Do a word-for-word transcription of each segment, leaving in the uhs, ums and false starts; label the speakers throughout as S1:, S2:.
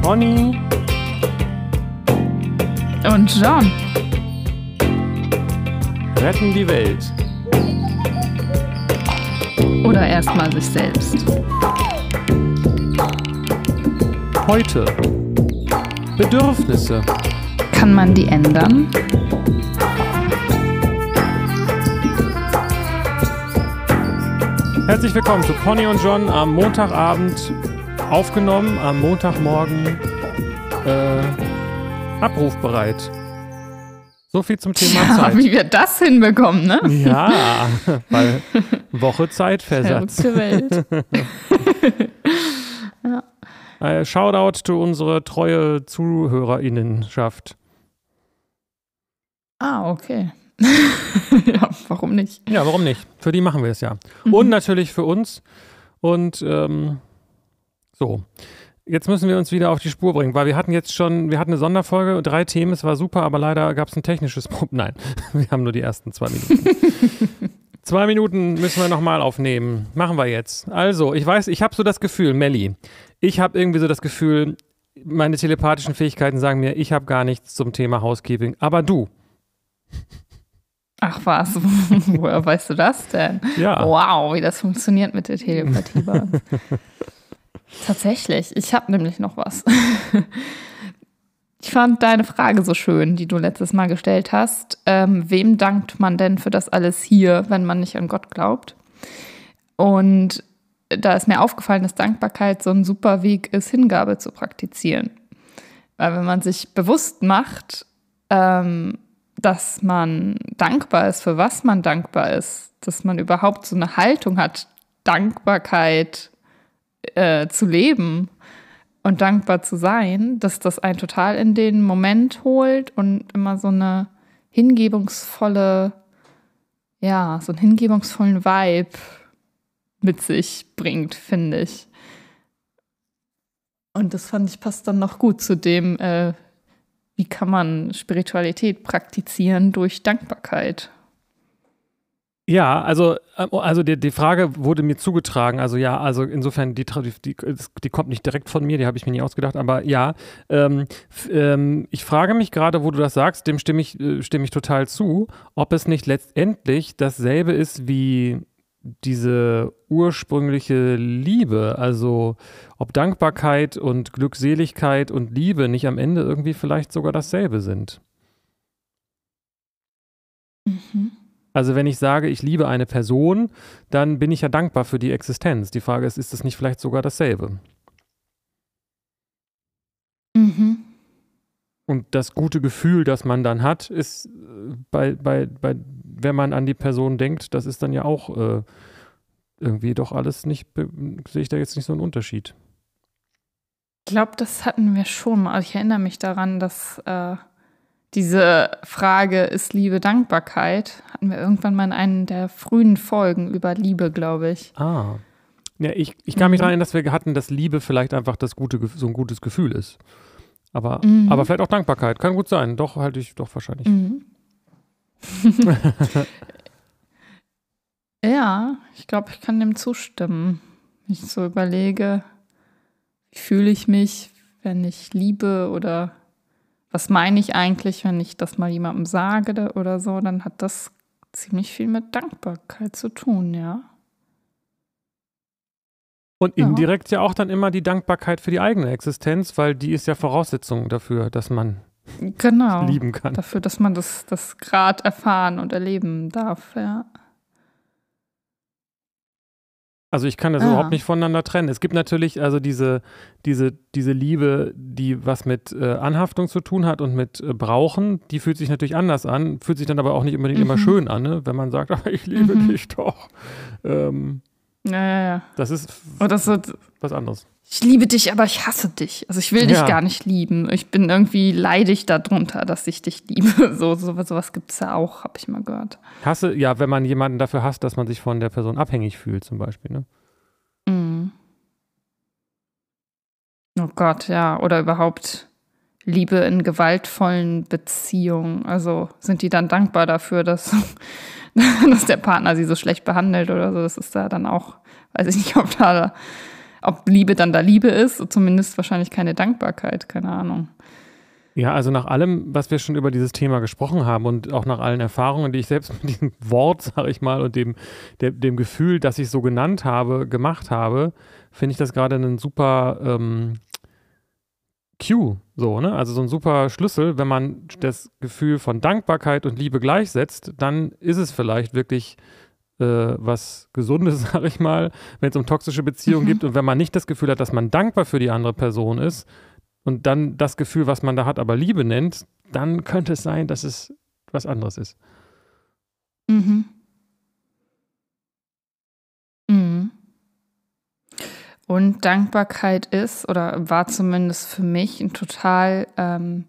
S1: Conny
S2: und John
S1: retten die Welt.
S2: Oder erstmal sich selbst.
S1: Heute Bedürfnisse.
S2: Kann man die ändern?
S1: Herzlich willkommen zu Conny und John am Montagabend aufgenommen, am Montagmorgen äh, abrufbereit. So viel zum Thema
S2: ja,
S1: Zeit.
S2: Wie wir das hinbekommen, ne?
S1: Ja, weil Woche Zeitversatz.
S2: Verrückte Welt.
S1: ja. äh, Shoutout to unsere treue ZuhörerInnenschaft.
S2: Ah, okay. Ja, warum nicht?
S1: Ja, warum nicht? Für die machen wir es ja.
S2: Mhm.
S1: Und natürlich für uns. Und ähm, so. Jetzt müssen wir uns wieder auf die Spur bringen, weil wir hatten jetzt schon, wir hatten eine Sonderfolge, drei Themen, es war super, aber leider gab es ein technisches Problem. Nein, wir haben nur die ersten zwei Minuten. Zwei Minuten müssen wir nochmal aufnehmen. Machen wir jetzt. Also, ich weiß, ich habe so das Gefühl, Melli, ich habe irgendwie so das Gefühl, meine telepathischen Fähigkeiten sagen mir, ich habe gar nichts zum Thema Housekeeping, aber du.
S2: Ach was, woher weißt du das denn?
S1: Ja.
S2: Wow, wie das funktioniert mit der Telepathie. Tatsächlich, ich habe nämlich noch was. Ich fand deine Frage so schön, die du letztes Mal gestellt hast. Ähm, wem dankt man denn für das alles hier, wenn man nicht an Gott glaubt? Und da ist mir aufgefallen, dass Dankbarkeit so ein super Weg ist, Hingabe zu praktizieren. Weil wenn man sich bewusst macht, ähm, dass man dankbar ist, für was man dankbar ist, dass man überhaupt so eine Haltung hat, Dankbarkeit äh, zu leben und dankbar zu sein, dass das einen total in den Moment holt und immer so eine hingebungsvolle, ja, so einen hingebungsvollen Vibe mit sich bringt, finde ich. Und das fand ich passt dann noch gut zu dem, äh, wie kann man Spiritualität praktizieren durch Dankbarkeit?
S1: Ja, also, also die, die Frage wurde mir zugetragen. Also ja, also insofern, die, die, die kommt nicht direkt von mir, die habe ich mir nie ausgedacht. Aber ja, ähm, ähm, ich frage mich gerade, wo du das sagst, dem stimme ich, äh, stimme ich total zu, ob es nicht letztendlich dasselbe ist wie diese ursprüngliche Liebe, also ob Dankbarkeit und Glückseligkeit und Liebe nicht am Ende irgendwie vielleicht sogar dasselbe sind.
S2: Mhm.
S1: Also wenn ich sage, ich liebe eine Person, dann bin ich ja dankbar für die Existenz. Die Frage ist, ist es nicht vielleicht sogar dasselbe?
S2: Mhm.
S1: Und das gute Gefühl, das man dann hat, ist bei, bei, bei wenn man an die Person denkt, das ist dann ja auch äh, irgendwie doch alles nicht, sehe ich da jetzt nicht so einen Unterschied.
S2: Ich glaube, das hatten wir schon mal. Ich erinnere mich daran, dass äh, diese Frage, ist Liebe Dankbarkeit, hatten wir irgendwann mal in einer der frühen Folgen über Liebe, glaube ich.
S1: Ah. Ja, ich, ich kann mich daran erinnern, dass wir hatten, dass Liebe vielleicht einfach das gute, so ein gutes Gefühl ist. Aber, mhm. aber vielleicht auch Dankbarkeit. Kann gut sein. Doch, halte ich doch wahrscheinlich.
S2: Mhm. Ja, ich glaube, ich kann dem zustimmen. Wenn ich so überlege, wie fühle ich mich, wenn ich liebe oder was meine ich eigentlich, wenn ich das mal jemandem sage oder so, dann hat das ziemlich viel mit Dankbarkeit zu tun, ja.
S1: Und indirekt ja. ja auch dann immer die Dankbarkeit für die eigene Existenz, weil die ist ja Voraussetzung dafür, dass man
S2: genau,
S1: lieben kann.
S2: Dafür, dass man das, das gerade erfahren und erleben darf, ja.
S1: Also ich kann das ah. überhaupt nicht voneinander trennen. Es gibt natürlich also diese, diese, diese Liebe, die was mit äh, Anhaftung zu tun hat und mit äh, Brauchen, die fühlt sich natürlich anders an, fühlt sich dann aber auch nicht unbedingt mhm. immer schön an, ne? Wenn man sagt, ach, ich liebe mhm. dich doch. Ähm,
S2: ja, ja, ja.
S1: Das ist
S2: Oder so,
S1: was anderes.
S2: Ich liebe dich, aber ich hasse dich. Also ich will dich
S1: ja.
S2: gar nicht lieben. Ich bin irgendwie leidig darunter, dass ich dich liebe. So, so, sowas gibt es ja auch, habe ich mal gehört.
S1: Hasse, ja, wenn man jemanden dafür hasst, dass man sich von der Person abhängig fühlt zum Beispiel, ne?
S2: Mm. Oh Gott, ja. Oder überhaupt Liebe in gewaltvollen Beziehungen. Also sind die dann dankbar dafür, dass, dass der Partner sie so schlecht behandelt oder so? Das ist da dann auch, weiß ich nicht, ob da ob Liebe dann da Liebe ist, zumindest wahrscheinlich keine Dankbarkeit, keine Ahnung.
S1: Ja, also nach allem, was wir schon über dieses Thema gesprochen haben und auch nach allen Erfahrungen, die ich selbst mit diesem Wort, sage ich mal, und dem, der, dem Gefühl, das ich so genannt habe, gemacht habe, finde ich das gerade einen super ähm, Cue, so, ne? Also so ein super Schlüssel, wenn man das Gefühl von Dankbarkeit und Liebe gleichsetzt, dann ist es vielleicht wirklich äh, was Gesundes, sage ich mal, wenn es um toxische Beziehungen mhm. gibt und wenn man nicht das Gefühl hat, dass man dankbar für die andere Person ist, und dann das Gefühl, was man da hat, aber Liebe nennt, dann könnte es sein, dass es was anderes ist.
S2: Mhm. Mhm. Und Dankbarkeit ist, oder war zumindest für mich, ein total ähm,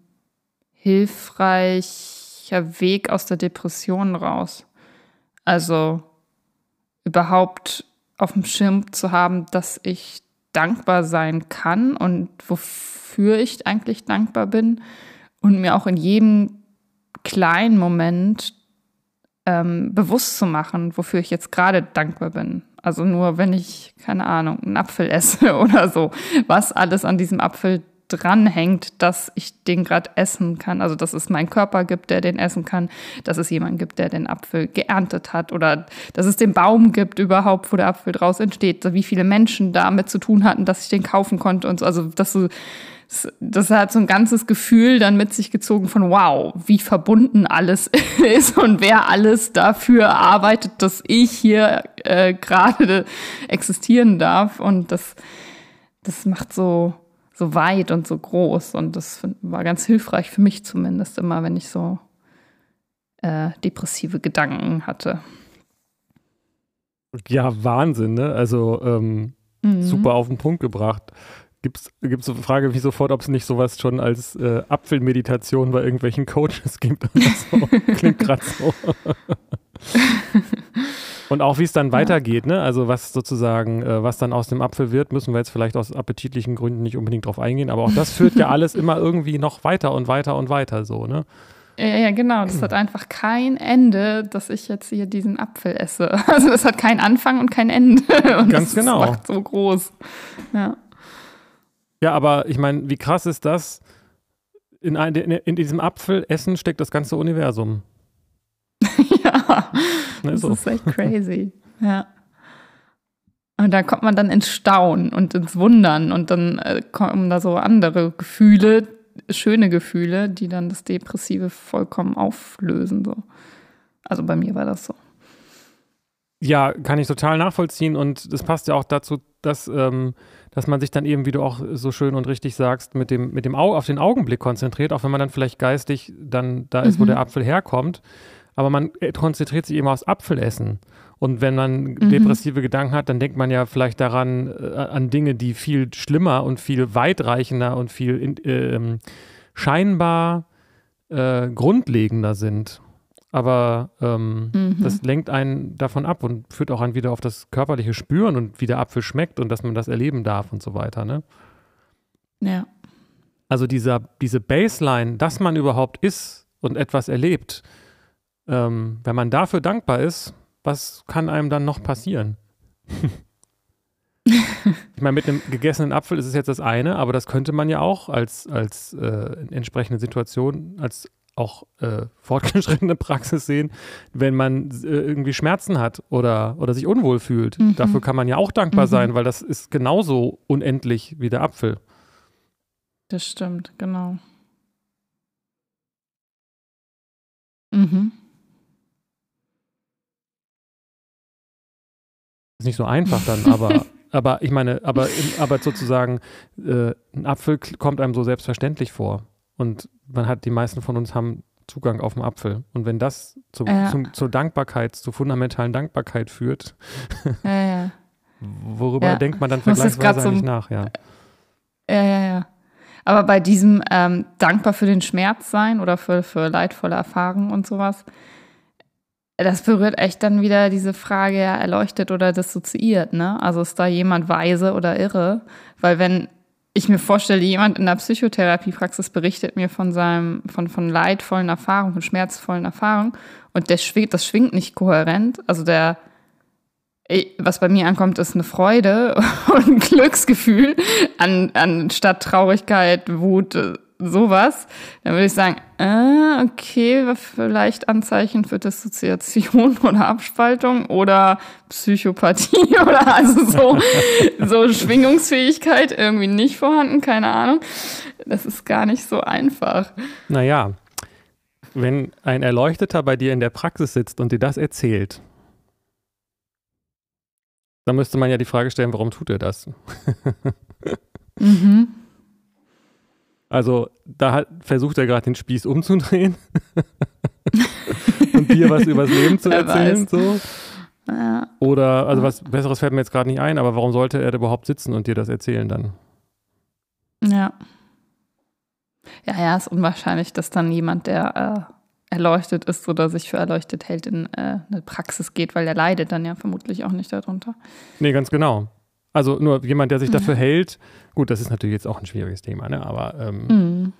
S2: hilfreicher Weg aus der Depression raus. Also überhaupt auf dem Schirm zu haben, dass ich dankbar sein kann und wofür ich eigentlich dankbar bin und mir auch in jedem kleinen Moment ähm, bewusst zu machen, wofür ich jetzt gerade dankbar bin. Also nur, wenn ich, keine Ahnung, einen Apfel esse oder so, was alles an diesem Apfel dranhängt, dass ich den gerade essen kann. Also dass es meinen Körper gibt, der den essen kann, dass es jemanden gibt, der den Apfel geerntet hat oder dass es den Baum gibt überhaupt, wo der Apfel draus entsteht. Wie viele Menschen damit zu tun hatten, dass ich den kaufen konnte und so. Also dass du, das hat so ein ganzes Gefühl dann mit sich gezogen von wow, wie verbunden alles ist und wer alles dafür arbeitet, dass ich hier äh, gerade existieren darf. Und das, das macht so so weit und so groß. Und das war ganz hilfreich für mich zumindest immer, wenn ich so äh, depressive Gedanken hatte.
S1: Ja, Wahnsinn, ne? Also ähm, mhm. super auf den Punkt gebracht. Gibt's, gibt's so, frage mich sofort, ob es nicht sowas schon als äh, Apfelmeditation bei irgendwelchen Coaches gibt oder so. Klingt gerade so. Und auch wie es dann ja. weitergeht, ne? Also was sozusagen, äh, was dann aus dem Apfel wird, müssen wir jetzt vielleicht aus appetitlichen Gründen nicht unbedingt drauf eingehen, aber auch das führt ja alles immer irgendwie noch weiter und weiter und weiter so, ne?
S2: Ja, ja, genau. Das hat einfach kein Ende, dass ich jetzt hier diesen Apfel esse. Also das hat keinen Anfang und kein Ende. Und
S1: Ganz
S2: das
S1: genau.
S2: macht so groß. Ja.
S1: Ja, aber ich meine, wie krass ist das? In, ein, in, in diesem Apfelessen steckt das ganze Universum.
S2: Ja, das so. ist echt crazy. Ja. Und da kommt man dann ins Staunen und ins Wundern und dann äh, kommen da so andere Gefühle, schöne Gefühle, die dann das Depressive vollkommen auflösen. So. Also bei mir war das so.
S1: Ja, kann ich total nachvollziehen und das passt ja auch dazu, dass, ähm, dass man sich dann eben, wie du auch so schön und richtig sagst, mit dem, mit dem Au- auf den Augenblick konzentriert, auch wenn man dann vielleicht geistig dann da ist, mhm. wo der Apfel herkommt. Aber man konzentriert sich eben aufs Apfelessen. Und wenn man mhm. depressive Gedanken hat, dann denkt man ja vielleicht daran, äh, an Dinge, die viel schlimmer und viel weitreichender und viel in, äh, scheinbar äh, grundlegender sind. Aber ähm, mhm. das lenkt einen davon ab und führt auch einen wieder auf das körperliche Spüren und wie der Apfel schmeckt und dass man das erleben darf und so weiter, ne?
S2: Ja.
S1: Also dieser, diese Baseline, dass man überhaupt ist und etwas erlebt, Ähm, wenn man dafür dankbar ist, was kann einem dann noch passieren? Ich meine, mit einem gegessenen Apfel ist es jetzt das eine, aber das könnte man ja auch als, als äh, entsprechende Situation, als auch äh, fortgeschrittene Praxis sehen, wenn man äh, irgendwie Schmerzen hat oder, oder sich unwohl fühlt. Mhm. Dafür kann man ja auch dankbar mhm. sein, weil das ist genauso unendlich wie der Apfel.
S2: Das stimmt, genau. Mhm.
S1: Ist nicht so einfach dann, aber, aber ich meine, aber, aber sozusagen, äh, ein Apfel kommt einem so selbstverständlich vor. Und man hat, die meisten von uns haben Zugang auf den Apfel. Und wenn das zu,
S2: ja.
S1: zum, zur Dankbarkeit, zur fundamentalen Dankbarkeit führt,
S2: ja, ja.
S1: worüber
S2: ja.
S1: denkt man dann vergleichsweise eigentlich so, nach, ja.
S2: Ja, ja, ja. Aber bei diesem ähm, dankbar für den Schmerz sein oder für, für leidvolle Erfahrungen und sowas, das berührt echt dann wieder diese Frage, ja, erleuchtet oder dissoziiert, ne? Also ist da jemand weise oder irre? Weil wenn ich mir vorstelle, jemand in der Psychotherapiepraxis berichtet mir von seinem, von, von leidvollen Erfahrungen, von schmerzvollen Erfahrungen und der schwingt, das schwingt nicht kohärent, also der was bei mir ankommt, ist eine Freude und ein Glücksgefühl an, anstatt Traurigkeit, Wut, sowas. Dann würde ich sagen, äh, okay, vielleicht Anzeichen für Dissoziation oder Abspaltung oder Psychopathie oder also so, so Schwingungsfähigkeit irgendwie nicht vorhanden, keine Ahnung. Das ist gar nicht so einfach.
S1: Naja, wenn ein Erleuchteter bei dir in der Praxis sitzt und dir das erzählt, dann müsste man ja die Frage stellen, warum tut er das?
S2: Mhm.
S1: Also da hat, versucht er gerade den Spieß umzudrehen und dir was übers Leben zu erzählen. So.
S2: Ja.
S1: Oder, also was Besseres fällt mir jetzt gerade nicht ein, aber warum sollte er da überhaupt sitzen und dir das erzählen dann?
S2: Ja. Ja, ja, ist unwahrscheinlich, dass dann jemand, der äh, erleuchtet ist oder sich für erleuchtet hält, in äh, eine Praxis geht, weil der leidet dann ja vermutlich auch nicht darunter.
S1: Nee, ganz genau. Also nur jemand, der sich dafür ja. hält, gut, das ist natürlich jetzt auch ein schwieriges Thema, ne? Aber ähm,
S2: mhm.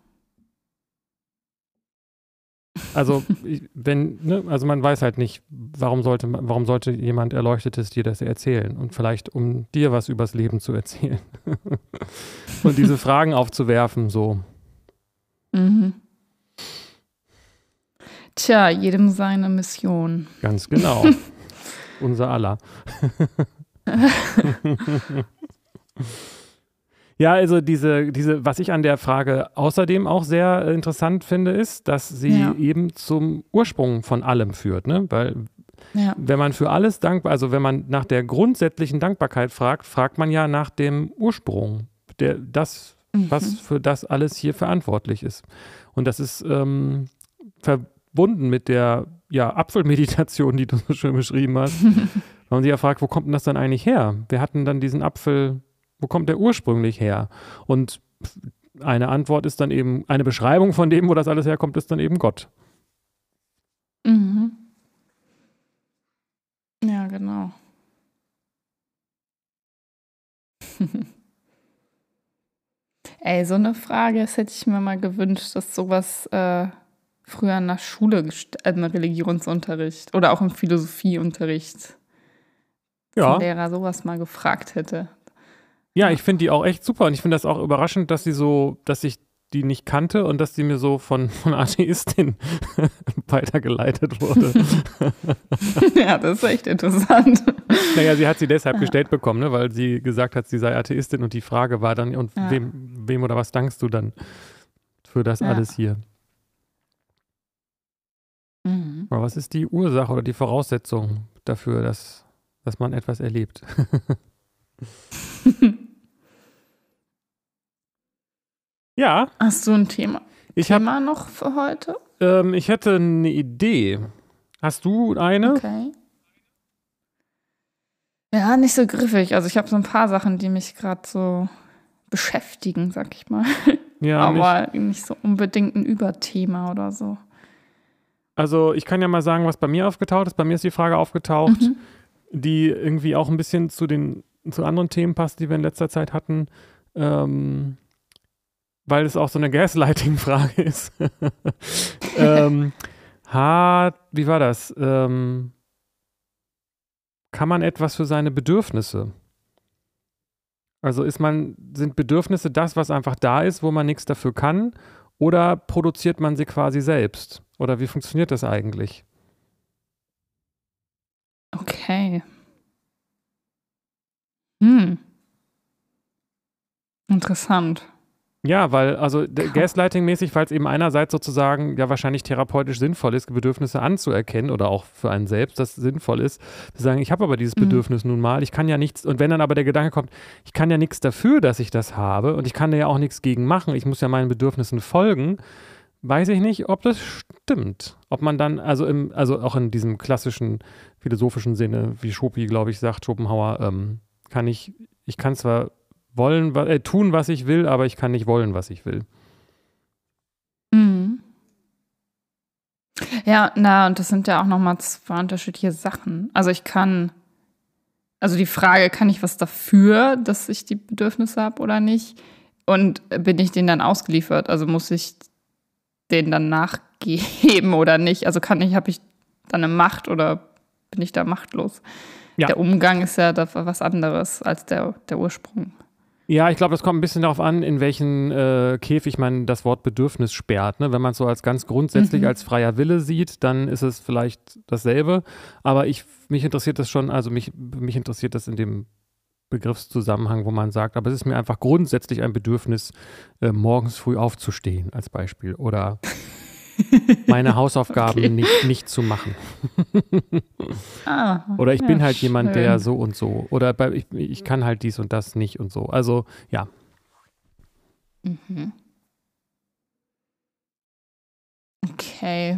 S1: also ich, wenn, ne, also man weiß halt nicht, warum sollte warum sollte jemand Erleuchtetes dir das erzählen und vielleicht um dir was übers Leben zu erzählen und diese Fragen aufzuwerfen, so.
S2: Mhm. Tja, jedem seine Mission.
S1: Ganz genau. Unser aller. Ja, also diese, diese, was ich an der Frage außerdem auch sehr äh, interessant finde, ist, dass sie ja. eben zum Ursprung von allem führt, ne? Weil ja. wenn man für alles dankbar, also wenn man nach der grundsätzlichen Dankbarkeit fragt, fragt man ja nach dem Ursprung, der, das, mhm. was für das alles hier verantwortlich ist. Und das ist ähm, verbunden mit der ja, Apfelmeditation, die du so schön beschrieben hast. Wenn man sich ja fragt, wo kommt denn das dann eigentlich her? Wer hat denn dann diesen Apfel, wo kommt der ursprünglich her? Und eine Antwort ist dann eben, eine Beschreibung von dem, wo das alles herkommt, ist dann eben Gott.
S2: Mhm. Ja, genau. Ey, so eine Frage, das hätte ich mir mal gewünscht, dass sowas äh, früher in der Schule, gest- äh, im Religionsunterricht oder auch im Philosophieunterricht,
S1: ja.
S2: der Lehrer sowas mal gefragt hätte.
S1: Ja, ich finde die auch echt super und ich finde das auch überraschend, dass sie so, dass ich die nicht kannte und dass die mir so von, von Atheistin weitergeleitet wurde.
S2: Ja, das ist echt interessant.
S1: Naja, sie hat sie deshalb
S2: ja.
S1: gestellt bekommen, ne, weil sie gesagt hat, sie sei Atheistin und die Frage war dann, und
S2: ja.
S1: wem, wem oder was dankst du dann für das
S2: ja.
S1: alles hier?
S2: Mhm.
S1: Aber was ist die Ursache oder die Voraussetzung dafür, dass, dass man etwas erlebt? Ja.
S2: Hast du ein Thema,
S1: ich
S2: Thema
S1: hab,
S2: noch für heute?
S1: Ähm, ich hätte eine Idee. Hast du eine?
S2: Okay. Ja, nicht so griffig. Also ich habe so ein paar Sachen, die mich gerade so beschäftigen, sag ich mal.
S1: Ja,
S2: aber nicht, nicht so unbedingt ein Überthema oder so.
S1: Also ich kann ja mal sagen, was bei mir aufgetaucht ist. Bei mir ist die Frage aufgetaucht,
S2: Mhm.
S1: die irgendwie auch ein bisschen zu den zu anderen Themen passt, die wir in letzter Zeit hatten. Ähm, weil es auch so eine Gaslighting-Frage ist. ähm, hat, wie war das? Ähm, kann man etwas für seine Bedürfnisse? Also ist man, sind Bedürfnisse das, was einfach da ist, wo man nichts dafür kann? Oder produziert man sie quasi selbst? Oder wie funktioniert das eigentlich?
S2: Okay. Hm. Interessant.
S1: Ja, weil, also Gaslighting-mäßig, weil es eben einerseits sozusagen ja wahrscheinlich therapeutisch sinnvoll ist, Bedürfnisse anzuerkennen oder auch für einen selbst, das sinnvoll ist, zu sagen, ich habe aber dieses
S2: Mhm.
S1: Bedürfnis nun mal, ich kann ja nichts, und wenn dann aber der Gedanke kommt, ich kann ja nichts dafür, dass ich das habe und ich kann da ja auch nichts gegen machen, ich muss ja meinen Bedürfnissen folgen, weiß ich nicht, ob das stimmt. Ob man dann, also im, also auch in diesem klassischen philosophischen Sinne, wie Schopi, glaube ich, sagt, Schopenhauer, ähm, kann ich, ich kann zwar wollen, äh, tun, was ich will, aber ich kann nicht wollen, was ich will.
S2: Mhm. Ja, na, und das sind ja auch nochmal zwei unterschiedliche Sachen. Also ich kann, also die Frage, kann ich was dafür, dass ich die Bedürfnisse habe oder nicht? Und bin ich denen dann ausgeliefert? Also muss ich denen dann nachgeben oder nicht? Also kann ich, habe ich dann eine Macht oder bin ich da machtlos.
S1: Ja.
S2: Der Umgang ist ja da was anderes als der, der Ursprung.
S1: Ja, ich glaube, das kommt ein bisschen darauf an, in welchen äh, Käfig man das Wort Bedürfnis sperrt. Ne? Wenn man es so als ganz grundsätzlich
S2: Mhm.
S1: als freier Wille sieht, dann ist es vielleicht dasselbe. Aber ich, mich interessiert das schon, also mich, mich interessiert das in dem Begriffszusammenhang, wo man sagt, aber es ist mir einfach grundsätzlich ein Bedürfnis, äh, morgens früh aufzustehen, als Beispiel. Oder meine Hausaufgaben
S2: Okay.
S1: nicht, nicht zu machen.
S2: Ah,
S1: Oder ich
S2: ja,
S1: bin halt jemand,
S2: schön.
S1: der so und so. Oder bei, ich, ich kann halt dies und das nicht und so. Also, ja.
S2: Mhm. Okay.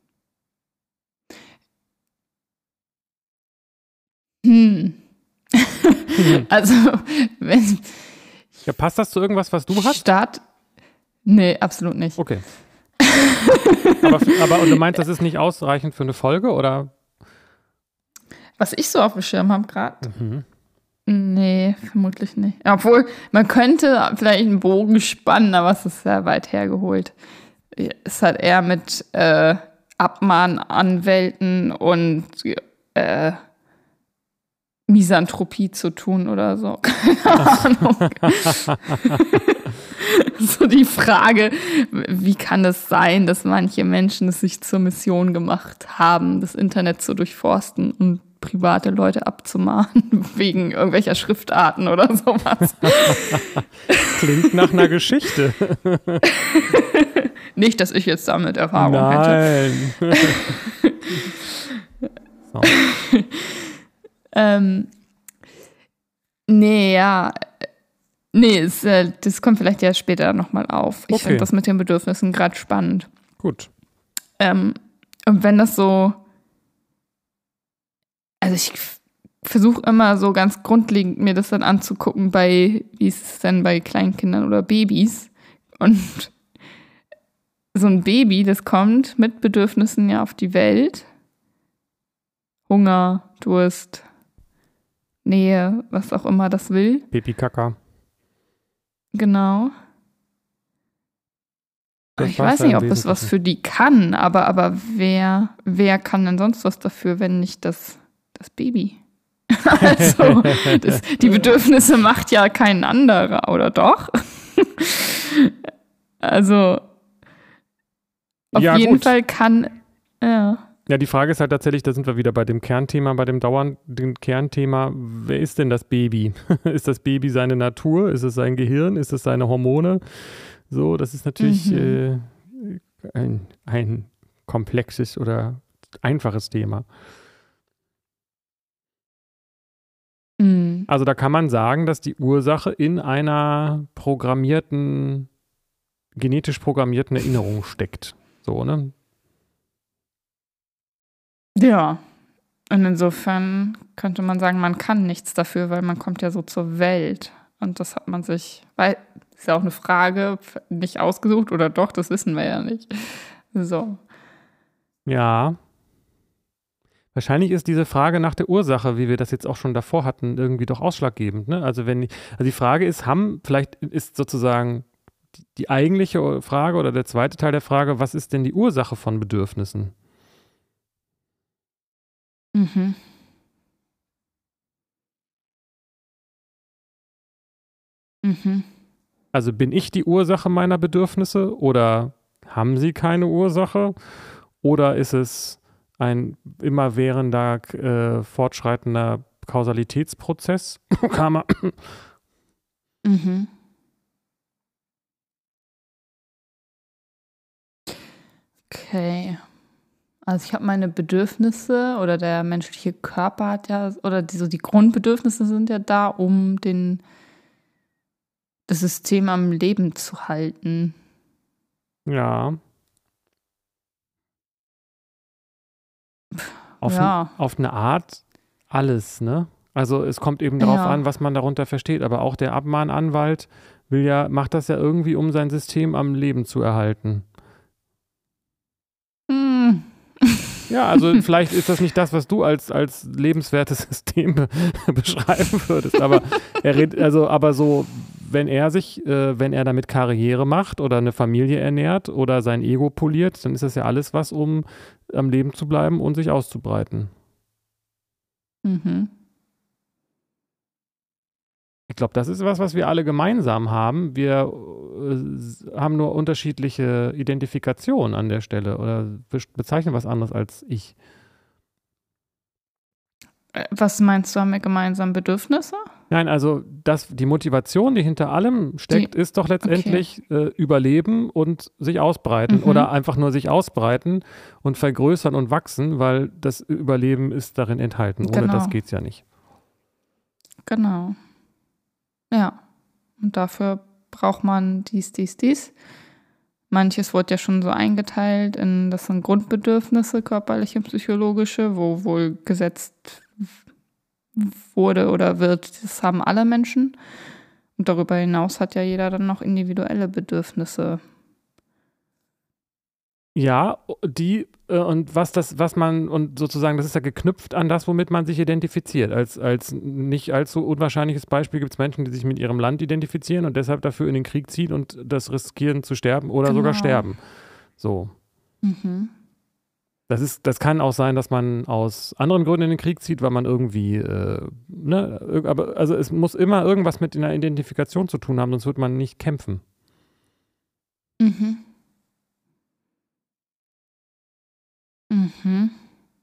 S2: Hm. Also, wenn
S1: Ja, passt das zu irgendwas, was du hast?
S2: Start. Nee, absolut nicht.
S1: Okay. aber, aber und du meinst, das ist nicht ausreichend für eine Folge, oder?
S2: Was ich so auf dem Schirm habe gerade?
S1: Mhm.
S2: Nee, vermutlich nicht. Obwohl, man könnte vielleicht einen Bogen spannen, aber es ist sehr weit hergeholt. Es hat eher mit äh, Abmahnanwälten und äh, Misanthropie zu tun oder so. Keine Ahnung. So die Frage, wie kann es sein, dass manche Menschen es sich zur Mission gemacht haben, das Internet zu durchforsten und private Leute abzumahnen wegen irgendwelcher Schriftarten oder sowas.
S1: Klingt nach einer Geschichte.
S2: Nicht, dass ich jetzt damit Erfahrung hätte.
S1: Nein. So.
S2: Ähm, nee, ja. Nee, es, äh, das kommt vielleicht ja später nochmal auf. Ich
S1: Okay.
S2: finde das mit den Bedürfnissen gerade spannend.
S1: Gut.
S2: Ähm, und wenn das so, also ich f- versuche immer so ganz grundlegend mir das dann anzugucken bei, wie ist es denn bei Kleinkindern oder Babys. Und so ein Baby, das kommt mit Bedürfnissen ja auf die Welt. Hunger, Durst, Nähe, was auch immer das will.
S1: Pipi Kaka.
S2: Genau.
S1: Das
S2: Ich
S1: war's
S2: weiß
S1: ja
S2: nicht,
S1: im
S2: ob es was
S1: Wesentlichen.
S2: für die kann, aber, aber wer, wer kann denn sonst was dafür, wenn nicht das, das Baby? Also, das, die Bedürfnisse macht ja kein anderer, oder doch? Also, auf
S1: Ja,
S2: jeden
S1: gut.
S2: Fall kann, ja.
S1: Ja, die Frage ist halt tatsächlich, da sind wir wieder bei dem Kernthema, bei dem dauernden Kernthema, wer ist denn das Baby? Ist das Baby seine Natur? Ist es sein Gehirn? Ist es seine Hormone? So, das ist natürlich
S2: Mhm.
S1: äh, ein, ein komplexes oder einfaches Thema.
S2: Mhm.
S1: Also da kann man sagen, dass die Ursache in einer programmierten, genetisch programmierten Erinnerung steckt. So, ne?
S2: Ja. Und insofern könnte man sagen, man kann nichts dafür, weil man kommt ja so zur Welt. Und das hat man sich, weil, ist ja auch eine Frage, nicht ausgesucht oder doch, das wissen wir ja nicht. So.
S1: Ja. Wahrscheinlich ist diese Frage nach der Ursache, wie wir das jetzt auch schon davor hatten, irgendwie doch ausschlaggebend. Ne? Also wenn, also die Frage ist, haben, vielleicht ist sozusagen die, die eigentliche Frage oder der zweite Teil der Frage, was ist denn die Ursache von Bedürfnissen?
S2: Mhm. Mhm.
S1: Also bin ich die Ursache meiner Bedürfnisse oder haben sie keine Ursache? Oder ist es ein immerwährender, äh, fortschreitender Kausalitätsprozess? Karma.
S2: Mhm. Okay. Also ich habe meine Bedürfnisse oder der menschliche Körper hat ja, oder die, so die Grundbedürfnisse sind ja da, um den, das System am Leben zu halten.
S1: Ja. Auf,
S2: Ja.
S1: n- auf eine Art alles, ne? Also es kommt eben darauf
S2: Ja.
S1: an, was man darunter versteht. Aber auch der Abmahnanwalt will ja, macht das ja irgendwie, um sein System am Leben zu erhalten.
S2: Hm.
S1: Ja, also vielleicht ist das nicht das, was du als, als lebenswertes System be beschreiben würdest. Aber er redet, also, aber so, wenn er sich, äh, wenn er damit Karriere macht oder eine Familie ernährt oder sein Ego poliert, dann ist das ja alles was, um am Leben zu bleiben und sich auszubreiten.
S2: Mhm.
S1: Ich glaube, das ist was, was wir alle gemeinsam haben. Wir äh, haben nur unterschiedliche Identifikationen an der Stelle oder be- bezeichnen was anderes als ich.
S2: Äh, Was meinst du, haben wir gemeinsam Bedürfnisse?
S1: Nein, also das, die Motivation, die hinter allem steckt,
S2: Die,
S1: ist doch letztendlich äh, Überleben und sich ausbreiten
S2: Mhm.
S1: oder einfach nur sich ausbreiten und vergrößern und wachsen, weil das Überleben ist darin enthalten. Ohne
S2: Genau.
S1: das geht es ja nicht.
S2: Genau. Ja. Und dafür braucht man dies, dies, dies. Manches wurde ja schon so eingeteilt in, das sind Grundbedürfnisse, körperliche und psychologische, wo wohl gesetzt wurde oder wird, das haben alle Menschen. Und darüber hinaus hat ja jeder dann noch individuelle Bedürfnisse.
S1: Ja, die äh, und was das, was man, und sozusagen, das ist ja geknüpft an das, womit man sich identifiziert. Als, als nicht allzu unwahrscheinliches Beispiel gibt es Menschen, die sich mit ihrem Land identifizieren und deshalb dafür in den Krieg ziehen und das riskieren zu sterben oder sogar
S2: Genau.
S1: sterben. So.
S2: Mhm.
S1: Das ist, das kann auch sein, dass man aus anderen Gründen in den Krieg zieht, weil man irgendwie, äh, ne, irg- aber also es muss immer irgendwas mit einer Identifikation zu tun haben, sonst wird man nicht kämpfen.
S2: Mhm. Mhm.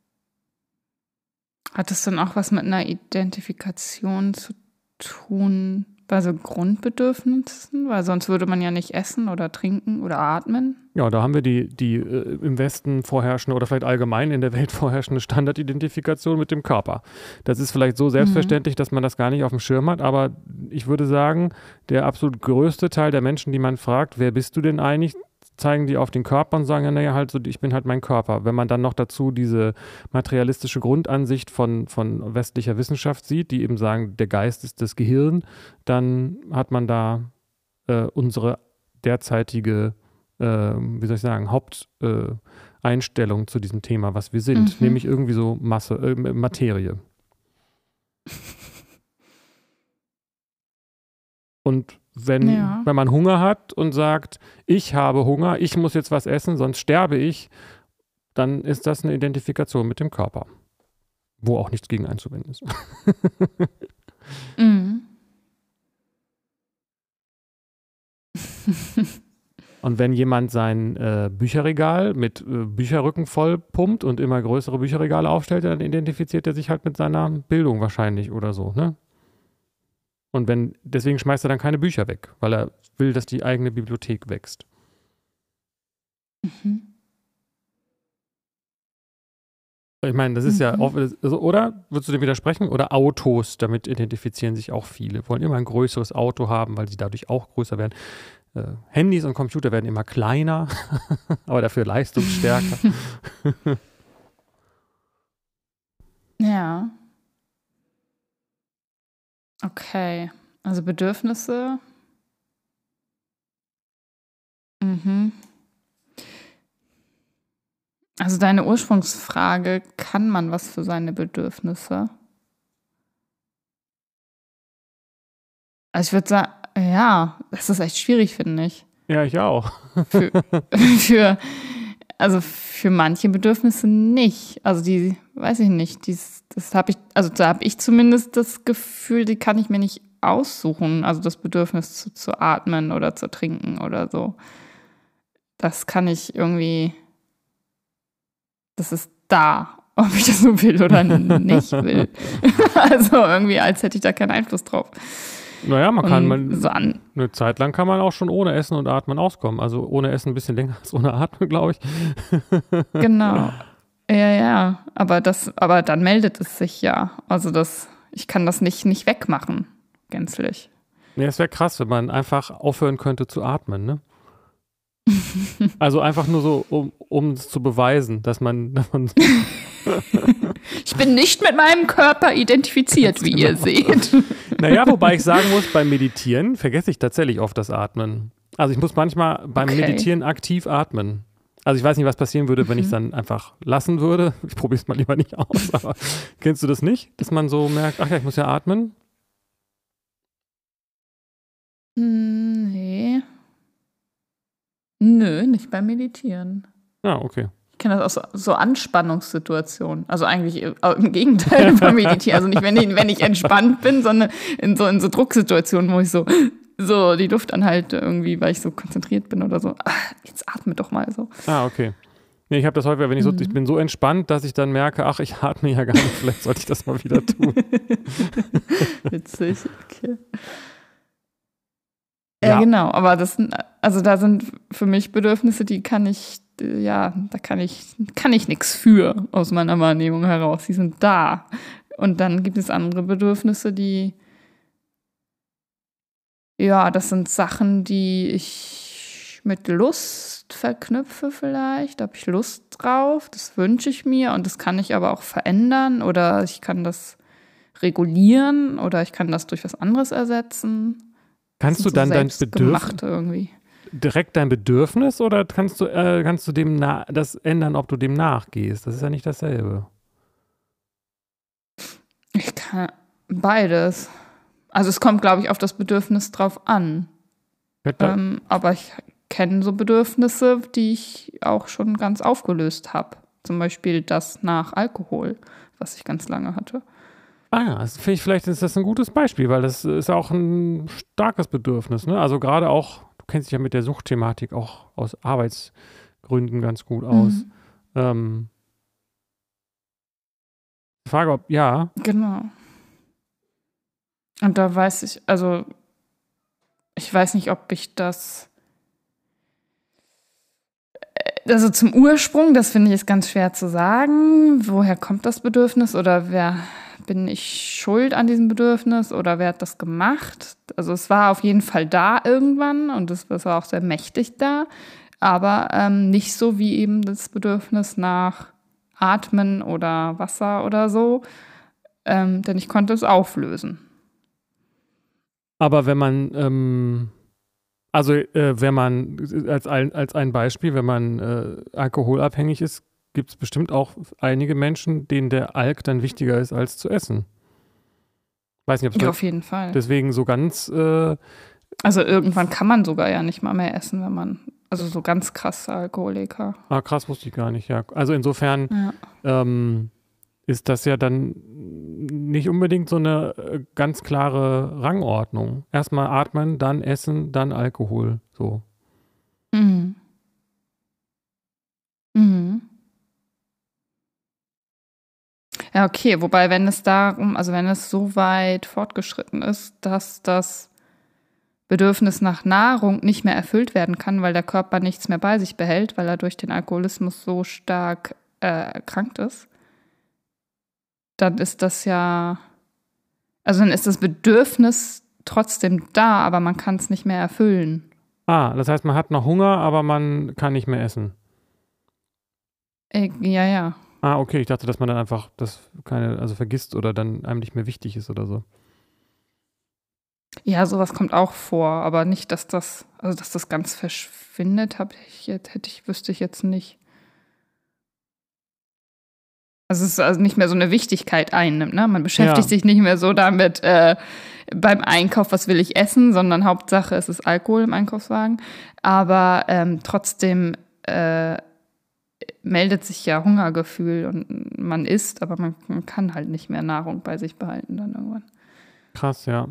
S2: Hat das dann auch was mit einer Identifikation zu tun bei so Grundbedürfnissen? Weil sonst würde man ja nicht essen oder trinken oder atmen.
S1: Ja, da haben wir die, die äh, im Westen vorherrschende oder vielleicht allgemein in der Welt vorherrschende Standardidentifikation mit dem Körper. Das ist vielleicht so selbstverständlich, dass man das gar nicht auf dem Schirm hat, aber ich würde sagen, der absolut größte Teil der Menschen, die man fragt, wer bist du denn eigentlich, zeigen die auf den Körper und sagen, ja, naja, halt so, ich bin halt mein Körper. Wenn man dann noch dazu diese materialistische Grundansicht von, von westlicher Wissenschaft sieht, die eben sagen, der Geist ist das Gehirn, dann hat man da äh, unsere derzeitige äh, wie soll ich sagen, Haupteinstellung äh, zu diesem Thema, was wir sind,
S2: Mhm.
S1: nämlich irgendwie so Masse, äh, Materie. Und wenn,
S2: Ja.
S1: wenn man Hunger hat und sagt, ich habe Hunger, ich muss jetzt was essen, sonst sterbe ich, dann ist das eine Identifikation mit dem Körper, wo auch nichts gegen einzuwenden ist.
S2: Mhm.
S1: Und wenn jemand sein äh, Bücherregal mit äh, Bücherrücken voll pumpt und immer größere Bücherregale aufstellt, dann identifiziert er sich halt mit seiner Bildung wahrscheinlich oder so, ne? Und wenn, deswegen schmeißt er dann keine Bücher weg, weil er will, dass die eigene Bibliothek wächst.
S2: Mhm.
S1: Ich meine, das ist ja
S2: Mhm.
S1: oft, also, oder? Würdest du dem widersprechen? Oder Autos, damit identifizieren sich auch viele. Wollen immer ein größeres Auto haben, weil sie dadurch auch größer werden. Äh, Handys und Computer werden immer kleiner, aber dafür leistungsstärker.
S2: Ja. Okay. Also Bedürfnisse. Mhm. Also deine Ursprungsfrage, kann man was für seine Bedürfnisse? Also ich würde sagen, ja, das ist echt schwierig, finde ich.
S1: Ja, ich auch.
S2: Für, für, also für manche Bedürfnisse nicht. Also die, weiß ich nicht, dies, das habe ich, also da habe ich zumindest das Gefühl, die kann ich mir nicht aussuchen. Also das Bedürfnis zu, zu atmen oder zu trinken oder so. Das kann ich irgendwie, das ist da, ob ich das so will oder nicht will. Also irgendwie, als hätte ich da keinen Einfluss drauf.
S1: Naja, man kann, man,
S2: Und so an,
S1: eine Zeit lang kann man auch schon ohne Essen und Atmen auskommen. Also ohne Essen ein bisschen länger als ohne Atmen, glaube ich.
S2: genau. Ja, ja. Aber das, aber dann meldet es sich ja. Also das, ich kann das nicht, nicht wegmachen, gänzlich.
S1: Ja, es wäre krass, wenn man einfach aufhören könnte zu atmen, ne? Also einfach nur so, um, um es zu beweisen, dass man, dass man
S2: Ich bin nicht mit meinem Körper identifiziert, wie ihr seht.
S1: Naja, wobei ich sagen muss, beim Meditieren vergesse ich tatsächlich oft das Atmen. Also ich muss manchmal beim
S2: Okay.
S1: Meditieren aktiv atmen. Also ich weiß nicht, was passieren würde, wenn ich es dann einfach lassen würde. Ich probiere es mal lieber nicht aus, aber kennst du das nicht? Dass man so merkt, ach ja, ich muss ja atmen?
S2: Hm, nee. Nö, nicht beim Meditieren.
S1: Ja, okay.
S2: Ich kenne das aus so, so Anspannungssituationen. Also eigentlich im Gegenteil beim Meditieren. Also nicht, wenn ich, wenn ich entspannt bin, sondern in so, in so Drucksituationen, wo ich so, so die Luft anhalte irgendwie, weil ich so konzentriert bin oder so. Ach, jetzt atme doch mal so.
S1: Ah, okay. Nee, ich habe das häufiger, wenn ich so, mhm. ich bin so entspannt, dass ich dann merke, ach, ich atme ja gar nicht, vielleicht sollte ich das mal wieder tun.
S2: Witzig, okay. Ja, ja, genau, aber das sind, also da sind für mich Bedürfnisse, die kann ich, ja, da kann ich, kann ich nichts für aus meiner Wahrnehmung heraus. Die sind da. Und dann gibt es andere Bedürfnisse, die, ja, das sind Sachen, die ich mit Lust verknüpfe vielleicht. Da habe ich Lust drauf, das wünsche ich mir und das kann ich aber auch verändern oder ich kann das regulieren oder ich kann das durch was anderes ersetzen.
S1: Kannst du dann dein Bedürfnis direkt dein Bedürfnis oder kannst du, äh, kannst du dem na- das ändern, ob du dem nachgehst? Das ist ja nicht dasselbe.
S2: Ich kann beides. Also es kommt, glaube ich, auf das Bedürfnis drauf an. Ähm, aber ich kenne so Bedürfnisse, die ich auch schon ganz aufgelöst habe. Zum Beispiel das nach Alkohol, was ich ganz lange hatte.
S1: Ah, das finde ich, vielleicht ist das ein gutes Beispiel, weil das ist auch ein starkes Bedürfnis, ne? Also gerade auch, du kennst dich ja mit der Suchtthematik auch aus Arbeitsgründen ganz gut aus. Mhm. Ähm, Frage, ob, ja.
S2: Genau. Und da weiß ich, also ich weiß nicht, ob ich das, also zum Ursprung, das finde ich ist ganz schwer zu sagen. Woher kommt das Bedürfnis oder wer, bin ich schuld an diesem Bedürfnis oder wer hat das gemacht? Also es war auf jeden Fall da irgendwann und es war auch sehr mächtig da, aber ähm, nicht so wie eben das Bedürfnis nach Atmen oder Wasser oder so, ähm, denn ich konnte es auflösen.
S1: Aber wenn man, ähm, also äh, wenn man, als ein, als ein Beispiel, wenn man äh, alkoholabhängig ist, gibt es bestimmt auch einige Menschen, denen der Alk dann wichtiger ist, als zu essen. Weiß nicht, ob es
S2: ja, auf jeden Fall.
S1: Deswegen so ganz. Äh,
S2: also irgendwann kann man sogar ja nicht mal mehr essen, wenn man, also so ganz krass Alkoholiker.
S1: Ah, krass, wusste ich gar nicht, ja. Also insofern ja. ähm, ist das ja dann nicht unbedingt so eine ganz klare Rangordnung. Erstmal atmen, dann essen, dann Alkohol, so.
S2: Mhm. Mhm. Ja, okay, wobei, wenn es darum, also wenn es so weit fortgeschritten ist, dass das Bedürfnis nach Nahrung nicht mehr erfüllt werden kann, weil der Körper nichts mehr bei sich behält, weil er durch den Alkoholismus so stark äh, erkrankt ist, dann ist das ja, also dann ist das Bedürfnis trotzdem da, aber man kann es nicht mehr erfüllen.
S1: Ah, das heißt, man hat noch Hunger, aber man kann nicht mehr essen.
S2: Äh, ja, ja.
S1: Ah, okay, ich dachte, dass man dann einfach das keine, also vergisst oder dann einem nicht mehr wichtig ist oder so.
S2: Ja, sowas kommt auch vor, aber nicht, dass das, also dass das ganz verschwindet, habe ich jetzt, hätte ich, wüsste ich jetzt nicht. Also es ist also nicht mehr so eine Wichtigkeit einnimmt, ne? Man beschäftigt ja. sich nicht mehr so damit äh, beim Einkauf, was will ich essen, sondern Hauptsache es ist Alkohol im Einkaufswagen. Aber ähm, trotzdem äh, meldet sich ja Hungergefühl und man isst, aber man, man kann halt nicht mehr Nahrung bei sich behalten dann irgendwann.
S1: Krass, ja.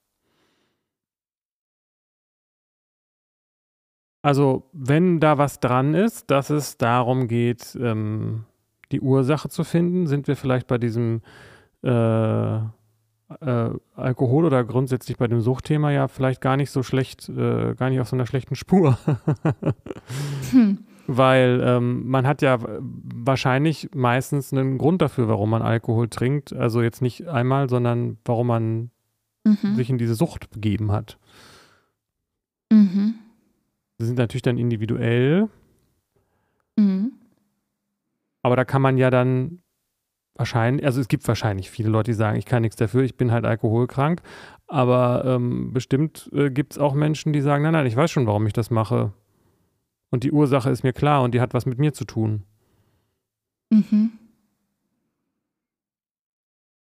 S1: Also, wenn da was dran ist, dass es darum geht, ähm, die Ursache zu finden, sind wir vielleicht bei diesem äh, äh, Alkohol oder grundsätzlich bei dem Suchtthema ja vielleicht gar nicht so schlecht, äh, gar nicht auf so einer schlechten Spur. hm. Weil ähm, man hat ja wahrscheinlich meistens einen Grund dafür, warum man Alkohol trinkt. Also jetzt nicht einmal, sondern warum man mhm. sich in diese Sucht begeben hat.
S2: Mhm.
S1: Das sind natürlich dann individuell.
S2: Mhm.
S1: Aber da kann man ja dann wahrscheinlich, also es gibt wahrscheinlich viele Leute, die sagen, ich kann nichts dafür, ich bin halt alkoholkrank. Aber ähm, bestimmt äh, gibt es auch Menschen, die sagen, nein, nein, ich weiß schon, warum ich das mache. Und die Ursache ist mir klar und die hat was mit mir zu tun.
S2: Mhm.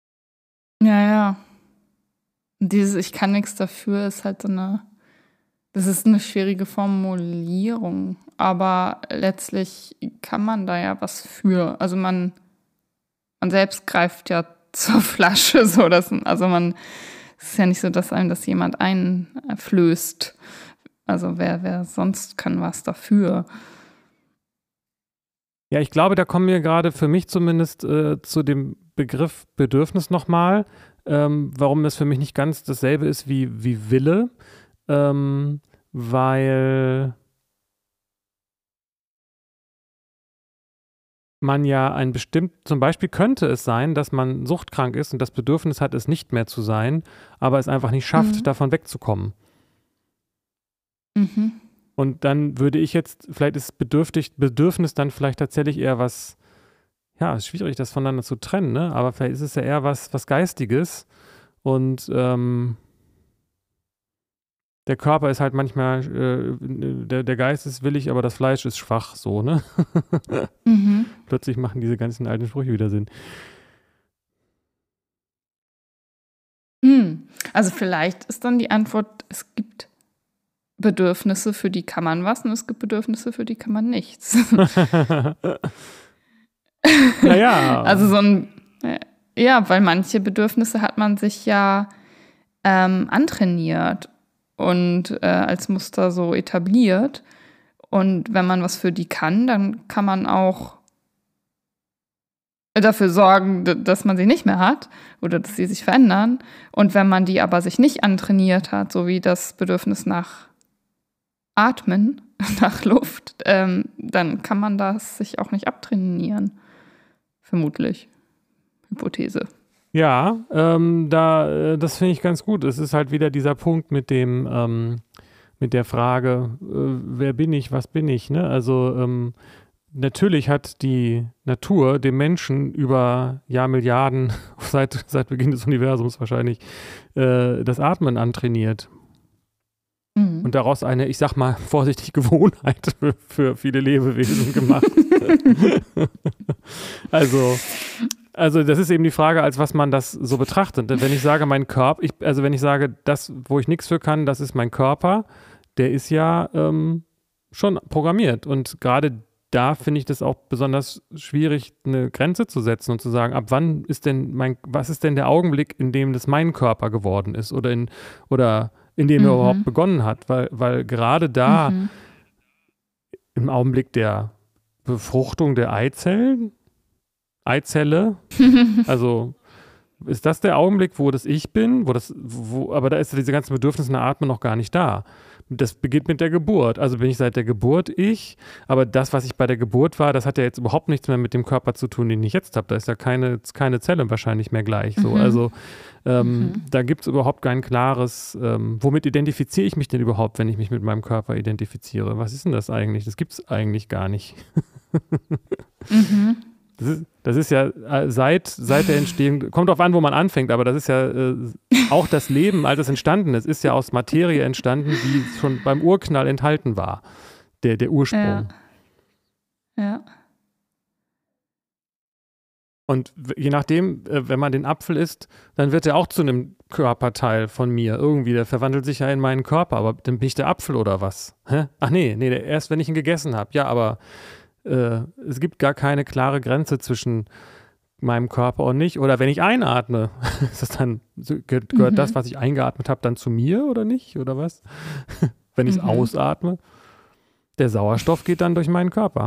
S2: Ja, ja. Und dieses Ich kann nichts dafür ist halt so eine Das ist eine schwierige Formulierung, aber letztlich kann man da ja was für. Also man, man selbst greift ja zur Flasche, so dass, also man, es ist ja nicht so, dass einem das jemand einflößt. Also wer, wer sonst kann was dafür?
S1: Ja, ich glaube, da kommen wir gerade für mich zumindest äh, zu dem Begriff Bedürfnis nochmal, ähm, warum es für mich nicht ganz dasselbe ist wie, wie Wille. Ähm, weil man ja ein bestimmt, zum Beispiel könnte es sein, dass man suchtkrank ist und das Bedürfnis hat, es nicht mehr zu sein, aber es einfach nicht schafft,
S2: Mhm.
S1: davon wegzukommen.
S2: Mhm.
S1: Und dann würde ich jetzt, vielleicht ist bedürftig, Bedürfnis dann vielleicht tatsächlich eher was, ja, es ist schwierig, das voneinander zu trennen, ne? Aber vielleicht ist es ja eher was, was Geistiges und ähm, der Körper ist halt manchmal, äh, der, der Geist ist willig, aber das Fleisch ist schwach, so, ne?
S2: Mhm.
S1: Plötzlich machen diese ganzen alten Sprüche wieder Sinn.
S2: Hm. Also vielleicht ist dann die Antwort, es gibt Bedürfnisse, für die kann man was und es gibt Bedürfnisse, für die kann man nichts.
S1: Naja.
S2: Also so ein, ja, weil manche Bedürfnisse hat man sich ja ähm, antrainiert und äh, als Muster so etabliert. Und wenn man was für die kann, dann kann man auch dafür sorgen, d- dass man sie nicht mehr hat oder dass sie sich verändern. Und wenn man die aber sich nicht antrainiert hat, so wie das Bedürfnis nach Atmen, nach Luft, ähm, dann kann man das sich auch nicht abtrainieren. Vermutlich. Hypothese.
S1: Ja, ähm, da, äh, das finde ich ganz gut. Es ist halt wieder dieser Punkt mit dem, ähm, mit der Frage, äh, wer bin ich, was bin ich, ne? Also ähm, natürlich hat die Natur dem Menschen über Jahrmilliarden, seit, seit Beginn des Universums wahrscheinlich, äh, das Atmen antrainiert.
S2: Mhm.
S1: Und daraus eine, ich sag mal, vorsichtig Gewohnheit für, für viele Lebewesen gemacht. also, also das ist eben die Frage, als was man das so betrachtet. Wenn ich sage, mein Körper, ich, also wenn ich sage, das, wo ich nichts für kann, das ist mein Körper, der ist ja ähm, schon programmiert. Und gerade da finde ich das auch besonders schwierig, eine Grenze zu setzen und zu sagen, ab wann ist denn mein, was ist denn der Augenblick, in dem das mein Körper geworden ist oder in, oder in dem
S2: Mhm.
S1: er überhaupt begonnen hat, weil, weil gerade da
S2: Mhm.
S1: im Augenblick der Befruchtung der Eizellen, Eizelle, also ist das der Augenblick, wo das Ich bin, wo das, wo, aber da ist ja diese ganzen Bedürfnisse in der Atmung noch gar nicht da. Das beginnt mit der Geburt. Also bin ich seit der Geburt ich, aber das, was ich bei der Geburt war, das hat ja jetzt überhaupt nichts mehr mit dem Körper zu tun, den ich jetzt habe. Da ist ja keine, keine Zelle wahrscheinlich mehr gleich. So.
S2: Mhm.
S1: Also ähm,
S2: Mhm.
S1: da gibt es überhaupt kein klares, ähm, womit identifiziere ich mich denn überhaupt, wenn ich mich mit meinem Körper identifiziere? Was ist denn das eigentlich? Das gibt es eigentlich gar nicht.
S2: Mhm.
S1: Das ist, das ist ja äh, seit, seit der Entstehung, kommt drauf an, wo man anfängt, aber das ist ja äh, auch das Leben, als es entstanden ist, ist ja aus Materie entstanden, die schon beim Urknall enthalten war, der, der Ursprung.
S2: Ja. Ja.
S1: Und w- je nachdem, äh, wenn man den Apfel isst, dann wird er auch zu einem Körperteil von mir irgendwie, der verwandelt sich ja in meinen Körper, aber dann bin ich der Apfel oder was? Hä? Ach nee, nee, der- erst wenn ich ihn gegessen habe. Ja, aber äh, es gibt gar keine klare Grenze zwischen meinem Körper und nicht. Oder wenn ich einatme, ist das dann, so- ge- gehört
S2: Mhm.
S1: das, was ich eingeatmet habe, dann zu mir oder nicht? Oder was? Wenn ich es
S2: Mhm.
S1: ausatme, der Sauerstoff geht dann durch meinen Körper.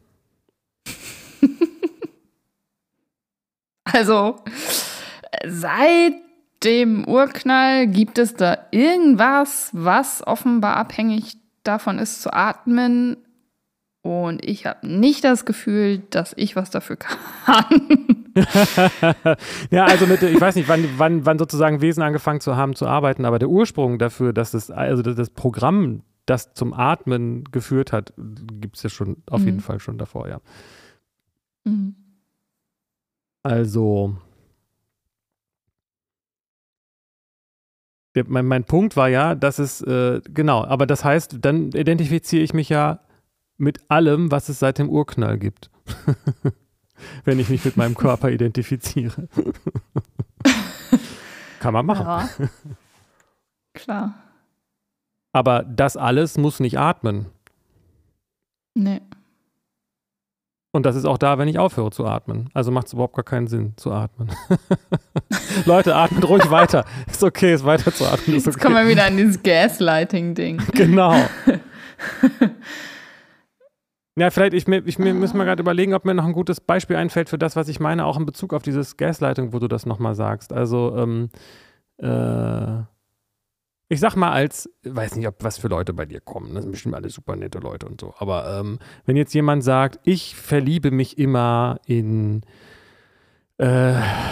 S2: Also, seit dem Urknall gibt es da irgendwas, was offenbar abhängig davon ist, zu atmen. Und ich habe nicht das Gefühl, dass ich was dafür kann.
S1: Ja, also mit, ich weiß nicht, wann, wann, wann sozusagen Wesen angefangen zu haben zu arbeiten, aber der Ursprung dafür, dass das, also das, das Programm, das zum Atmen geführt hat, gibt es ja schon auf
S2: Mhm.
S1: jeden Fall schon davor, ja.
S2: Mhm.
S1: Also, der, mein, mein Punkt war ja, dass es, äh, genau, aber das heißt, dann identifiziere ich mich ja mit allem, was es seit dem Urknall gibt. Wenn ich mich mit meinem Körper identifiziere. Kann man machen.
S2: Ja. Klar.
S1: Aber das alles muss nicht atmen.
S2: Nee.
S1: Und das ist auch da, wenn ich aufhöre zu atmen. Also macht es überhaupt gar keinen Sinn zu atmen. Leute, atmet ruhig weiter. Ist okay, ist weiter zu atmen. Ist okay.
S2: Jetzt kommen wir wieder an dieses Gaslighting-Ding.
S1: Genau. Ja, vielleicht, ich, ich mir müssen wir gerade überlegen, ob mir noch ein gutes Beispiel einfällt für das, was ich meine, auch in Bezug auf dieses Gaslighting, wo du das nochmal sagst. Also, ähm, äh, ich sag mal als, weiß nicht, ob was für Leute bei dir kommen, das sind bestimmt alle super nette Leute und so, aber ähm, wenn jetzt jemand sagt, ich verliebe mich immer in äh,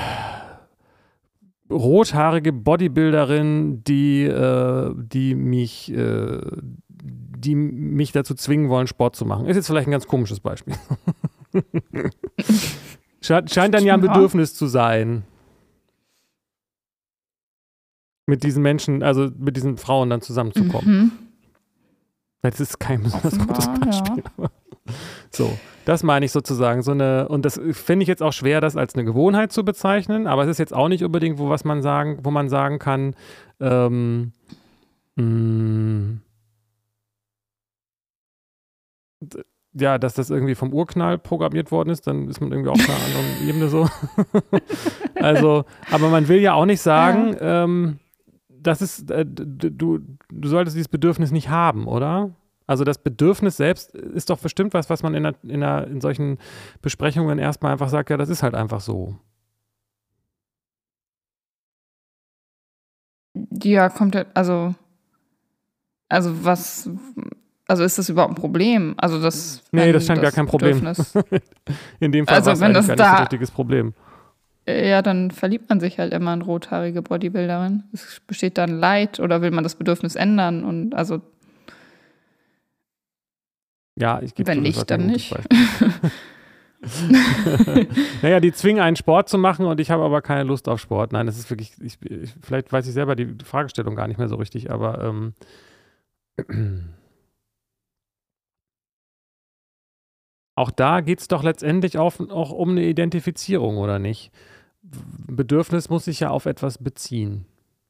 S1: rothaarige Bodybuilderin, die, äh, die mich äh, die mich dazu zwingen wollen, Sport zu machen. Ist jetzt vielleicht ein ganz komisches Beispiel. Scheint, scheint dann ja ein Bedürfnis zu sein. Mit diesen Menschen, also mit diesen Frauen dann zusammenzukommen.
S2: Mhm.
S1: Das ist kein besonders
S2: Offenbar,
S1: gutes Beispiel.
S2: Ja.
S1: So, das meine ich sozusagen. So eine, und das finde ich jetzt auch schwer, das als eine Gewohnheit zu bezeichnen, aber es ist jetzt auch nicht unbedingt, wo was man sagen, wo man sagen kann, ähm, mh, ja, dass das irgendwie vom Urknall programmiert worden ist, dann ist man irgendwie auf einer anderen Ebene so. Also, aber man will ja auch nicht sagen, ja. ähm, das ist, äh, du, du solltest dieses Bedürfnis nicht haben, oder? Also das Bedürfnis selbst ist doch bestimmt was, was man in, einer, in, einer, in solchen Besprechungen erstmal einfach sagt, ja, das ist halt einfach so.
S2: Ja, kommt ja, also, also was, also ist das überhaupt ein Problem? Also das,
S1: nee, das scheint das gar kein Problem. In dem Fall
S2: also
S1: war es
S2: wenn
S1: eigentlich
S2: das
S1: gar nicht
S2: da,
S1: so ein richtiges Problem.
S2: Ja, dann verliebt man sich halt immer in rothaarige Bodybuilderin. Es besteht dann Leid oder will man das Bedürfnis ändern und also
S1: ja, ich gebe
S2: wenn
S1: zu,
S2: nicht, dann nicht.
S1: Naja, die zwingen einen Sport zu machen und ich habe aber keine Lust auf Sport. Nein, das ist wirklich, ich, ich, vielleicht weiß ich selber die Fragestellung gar nicht mehr so richtig, aber ähm, auch da geht es doch letztendlich auf, auch um eine Identifizierung, oder nicht? Bedürfnis muss sich ja auf etwas beziehen.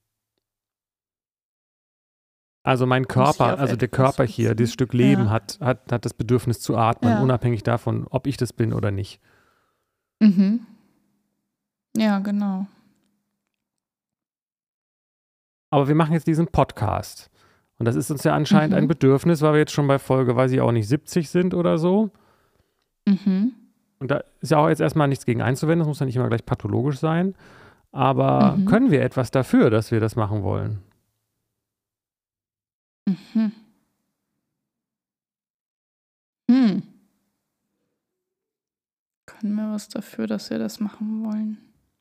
S1: Also mein Körper, also der Körper hier, beziehen. Dieses Stück Leben ja. hat, hat, hat das Bedürfnis zu atmen, ja. unabhängig davon, ob ich das bin oder nicht.
S2: Mhm. Ja, genau.
S1: Aber wir machen jetzt diesen Podcast. Und das ist uns ja anscheinend mhm. ein Bedürfnis, weil wir jetzt schon bei Folge, weiß ich auch nicht, siebzig sind oder so.
S2: Mhm.
S1: Und da ist ja auch jetzt erstmal nichts gegen einzuwenden, das muss ja nicht immer gleich pathologisch sein. Aber mhm. können wir etwas dafür, dass wir das machen wollen?
S2: Mhm. Hm. Können wir was dafür, dass wir das machen wollen?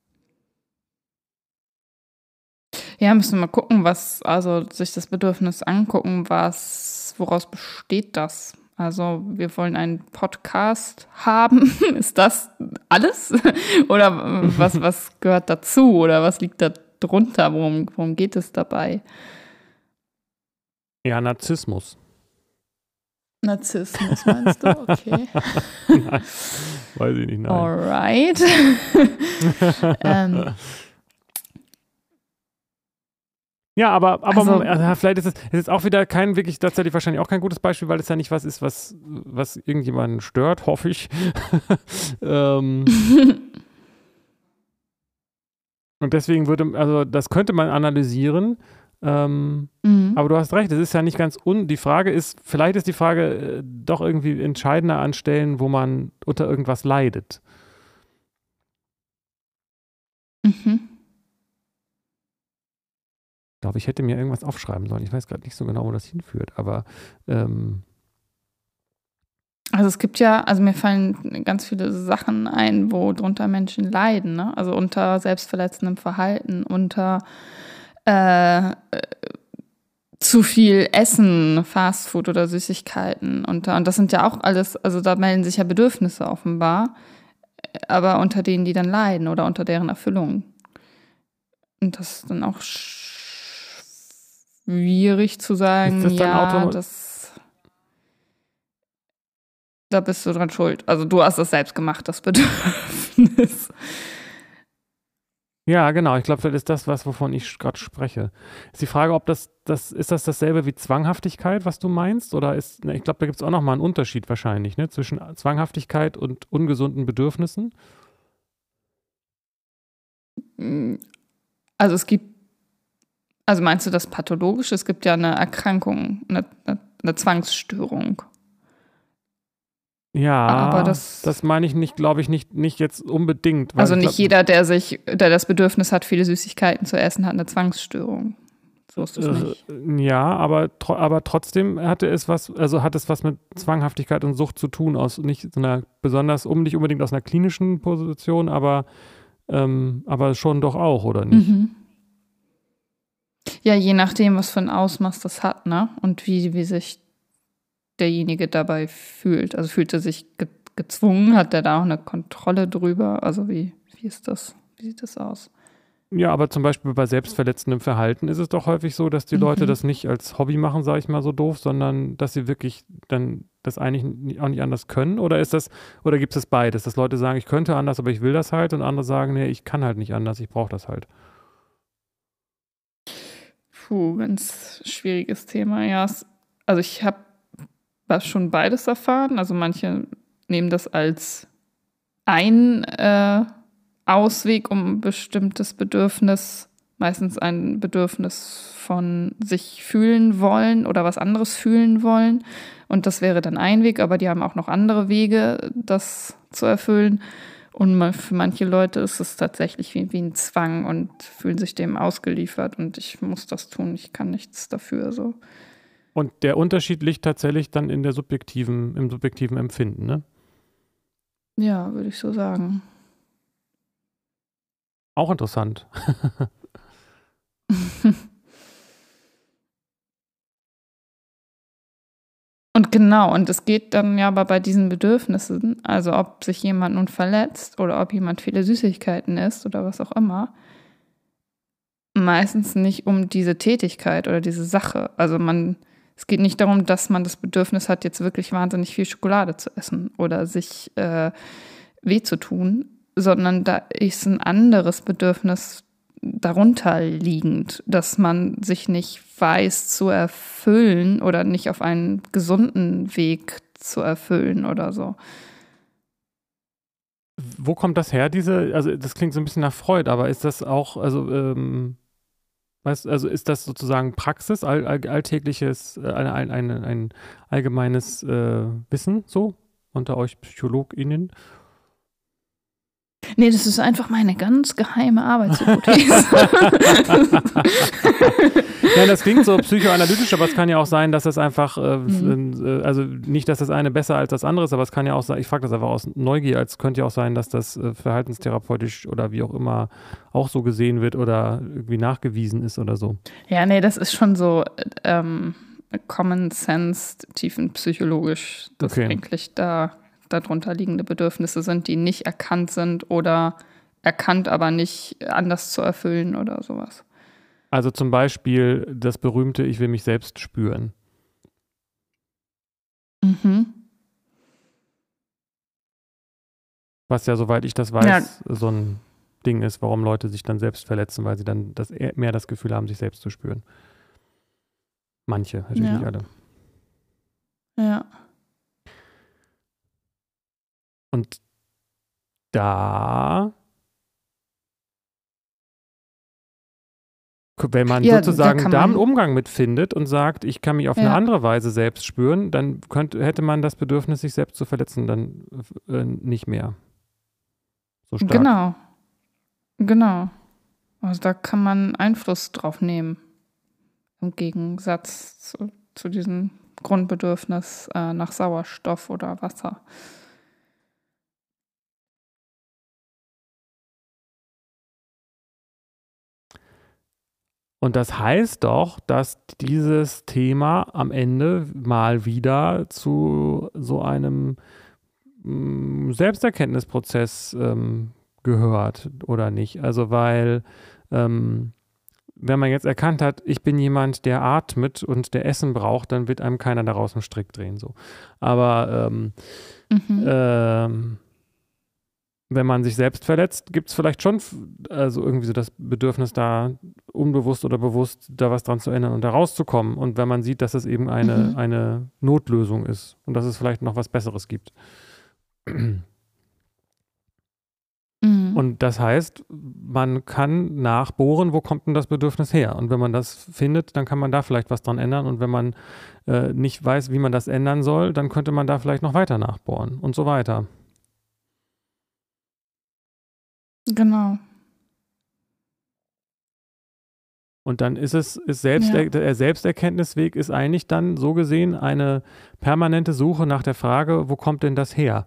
S2: Ja, müssen wir mal gucken, was, also sich das Bedürfnis angucken, was, woraus besteht das? Also wir wollen einen Podcast haben. Ist das alles? Oder was, was gehört dazu? Oder was liegt da drunter? Worum, worum geht es dabei?
S1: Ja, Narzissmus.
S2: Narzissmus, meinst du? Okay.
S1: Nein, weiß ich nicht, nein.
S2: Alright. ähm.
S1: Ja, aber, aber
S2: also,
S1: man, also vielleicht ist es ist jetzt auch wieder kein, wirklich tatsächlich wahrscheinlich auch kein gutes Beispiel, weil es ja nicht was ist, was, was irgendjemanden stört, hoffe ich. ähm, und deswegen würde, also das könnte man analysieren, ähm, mhm. aber du hast recht, es ist ja nicht ganz un, die Frage ist, vielleicht ist die Frage äh, doch irgendwie entscheidender an Stellen, wo man unter irgendwas leidet.
S2: Mhm.
S1: Ich glaube, ich hätte mir irgendwas aufschreiben sollen. Ich weiß gerade nicht so genau, wo das hinführt, aber ähm
S2: also es gibt ja, also mir fallen ganz viele Sachen ein, wo drunter Menschen leiden, ne? Also unter selbstverletzendem Verhalten, unter äh, zu viel Essen, Fastfood oder Süßigkeiten. Unter, und das sind ja auch alles, also da melden sich ja Bedürfnisse offenbar, aber unter denen, die dann leiden oder unter deren Erfüllung. Und das ist dann auch schwierig zu sagen,
S1: ist das dann
S2: ja,
S1: autom-
S2: das, da bist du dran schuld. Also du hast das selbst gemacht, das Bedürfnis.
S1: Ja, genau. Ich glaube, das ist das, was, wovon ich gerade spreche. Ist die Frage, ob das, das, ist das dasselbe wie Zwanghaftigkeit, was du meinst? Oder ist, ne, ich glaube, da gibt es auch nochmal einen Unterschied wahrscheinlich, ne, zwischen Zwanghaftigkeit und ungesunden Bedürfnissen.
S2: Also es gibt, also meinst du das pathologisch? Es gibt ja eine Erkrankung, eine, eine, eine Zwangsstörung. Aber
S1: Ja,
S2: das,
S1: das meine ich nicht, glaube ich, nicht, nicht jetzt unbedingt. Weil
S2: also
S1: ich
S2: nicht
S1: glaub,
S2: jeder, der sich, der das Bedürfnis hat, viele Süßigkeiten zu essen, hat eine Zwangsstörung. So ist es nicht.
S1: äh, ja, aber, tro- aber trotzdem hatte es was, also hat es was mit Zwanghaftigkeit und Sucht zu tun, aus nicht so einer besonders, um nicht unbedingt aus einer klinischen Position, aber, ähm, aber schon doch auch, oder nicht?
S2: Mhm. Ja, je nachdem, was für ein Ausmaß das hat, ne? Und wie, wie sich derjenige dabei fühlt. Also fühlt er sich ge gezwungen? Hat er da auch eine Kontrolle drüber? Also wie, wie ist das? Wie sieht das aus?
S1: Ja, aber zum Beispiel bei selbstverletzendem Verhalten ist es doch häufig so, dass die Leute
S2: Mhm.
S1: das nicht als Hobby machen, sage ich mal so doof, sondern dass sie wirklich dann das eigentlich nie- auch nicht anders können. Oder ist das, oder gibt es beides, dass Leute sagen, ich könnte anders, aber ich will das halt, und andere sagen, nee, ich kann halt nicht anders, ich brauche das halt.
S2: Puh, ganz schwieriges Thema. Ja, es, also ich habe schon beides erfahren. Also manche nehmen das als ein äh, Ausweg, um ein bestimmtes Bedürfnis, meistens ein Bedürfnis von sich fühlen wollen oder was anderes fühlen wollen. Und das wäre dann ein Weg, aber die haben auch noch andere Wege, das zu erfüllen. Und ma- für manche Leute ist es tatsächlich wie, wie ein Zwang und fühlen sich dem ausgeliefert und ich muss das tun, ich kann nichts dafür. So.
S1: Und der Unterschied liegt tatsächlich dann in der subjektiven, im subjektiven Empfinden, ne?
S2: Ja, würde ich so sagen.
S1: Auch interessant.
S2: Und genau, und es geht dann ja aber bei diesen Bedürfnissen, also ob sich jemand nun verletzt oder ob jemand viele Süßigkeiten isst oder was auch immer, meistens nicht um diese Tätigkeit oder diese Sache. Also man, es geht nicht darum, dass man das Bedürfnis hat, jetzt wirklich wahnsinnig viel Schokolade zu essen oder sich äh, weh zu tun, sondern da ist ein anderes Bedürfnis darunter liegend, dass man sich nicht weiß zu erfüllen oder nicht auf einen gesunden Weg zu erfüllen oder so.
S1: Wo kommt das her, diese, also das klingt so ein bisschen nach Freud, aber ist das auch, also, ähm, weißt, also ist das sozusagen Praxis, all, all, alltägliches, äh, ein, ein, ein, ein allgemeines äh, Wissen so unter euch PsychologInnen?
S2: Nee, das ist einfach meine ganz geheime Arbeitshypothese.
S1: Ja, das klingt so psychoanalytisch, aber es kann ja auch sein, dass es einfach, äh,
S2: Mhm.
S1: äh, also nicht, dass das eine besser als das andere ist, aber es kann ja auch sein, ich frage das einfach aus Neugier, es könnte ja auch sein, dass das äh, verhaltenstherapeutisch oder wie auch immer auch so gesehen wird oder irgendwie nachgewiesen ist oder so.
S2: Ja, nee, das ist schon so ähm, Common Sense, tiefenpsychologisch, dass
S1: Okay.
S2: eigentlich da darunter liegende Bedürfnisse sind, die nicht erkannt sind oder erkannt, aber nicht anders zu erfüllen oder sowas.
S1: Also zum Beispiel das berühmte, ich will mich selbst spüren.
S2: Mhm.
S1: Was ja, soweit ich das
S2: Ja,
S1: weiß, so ein Ding ist, warum Leute sich dann selbst verletzen, weil sie dann das eher, mehr das Gefühl haben, sich selbst zu spüren. Manche, natürlich
S2: ja,
S1: nicht alle.
S2: ja.
S1: Und da, wenn man
S2: Ja, da
S1: sozusagen
S2: kann
S1: da einen
S2: man,
S1: Umgang mit findet und sagt, ich kann mich auf eine
S2: ja,
S1: andere Weise selbst spüren, dann könnte, hätte man das Bedürfnis, sich selbst zu verletzen, dann äh, nicht mehr so stark.
S2: genau, genau. Also da kann man Einfluss drauf nehmen, im Gegensatz zu, zu diesem Grundbedürfnis äh, nach Sauerstoff oder Wasser.
S1: Und das heißt doch, dass dieses Thema am Ende mal wieder zu so einem mh, Selbsterkenntnisprozess ähm, gehört oder nicht. Also weil, ähm, wenn man jetzt erkannt hat, ich bin jemand, der atmet und der Essen braucht, dann wird einem keiner daraus einen Strick drehen. So. Aber ähm,
S2: Mhm.
S1: ähm, wenn man sich selbst verletzt, gibt es vielleicht schon also irgendwie so das Bedürfnis da, unbewusst oder bewusst da was dran zu ändern und da rauszukommen. Und wenn man sieht, dass es eben eine, mhm. eine Notlösung ist und dass es vielleicht noch was Besseres gibt. Mhm. Und das heißt, man kann nachbohren, wo kommt denn das Bedürfnis her? Und wenn man das findet, dann kann man da vielleicht was dran ändern. Und wenn man äh, nicht weiß, wie man das ändern soll, dann könnte man da vielleicht noch weiter nachbohren und so weiter.
S2: Genau.
S1: Und dann ist es, ist selbst, ja. der Selbsterkenntnisweg ist eigentlich dann so gesehen eine permanente Suche nach der Frage, wo kommt denn das her?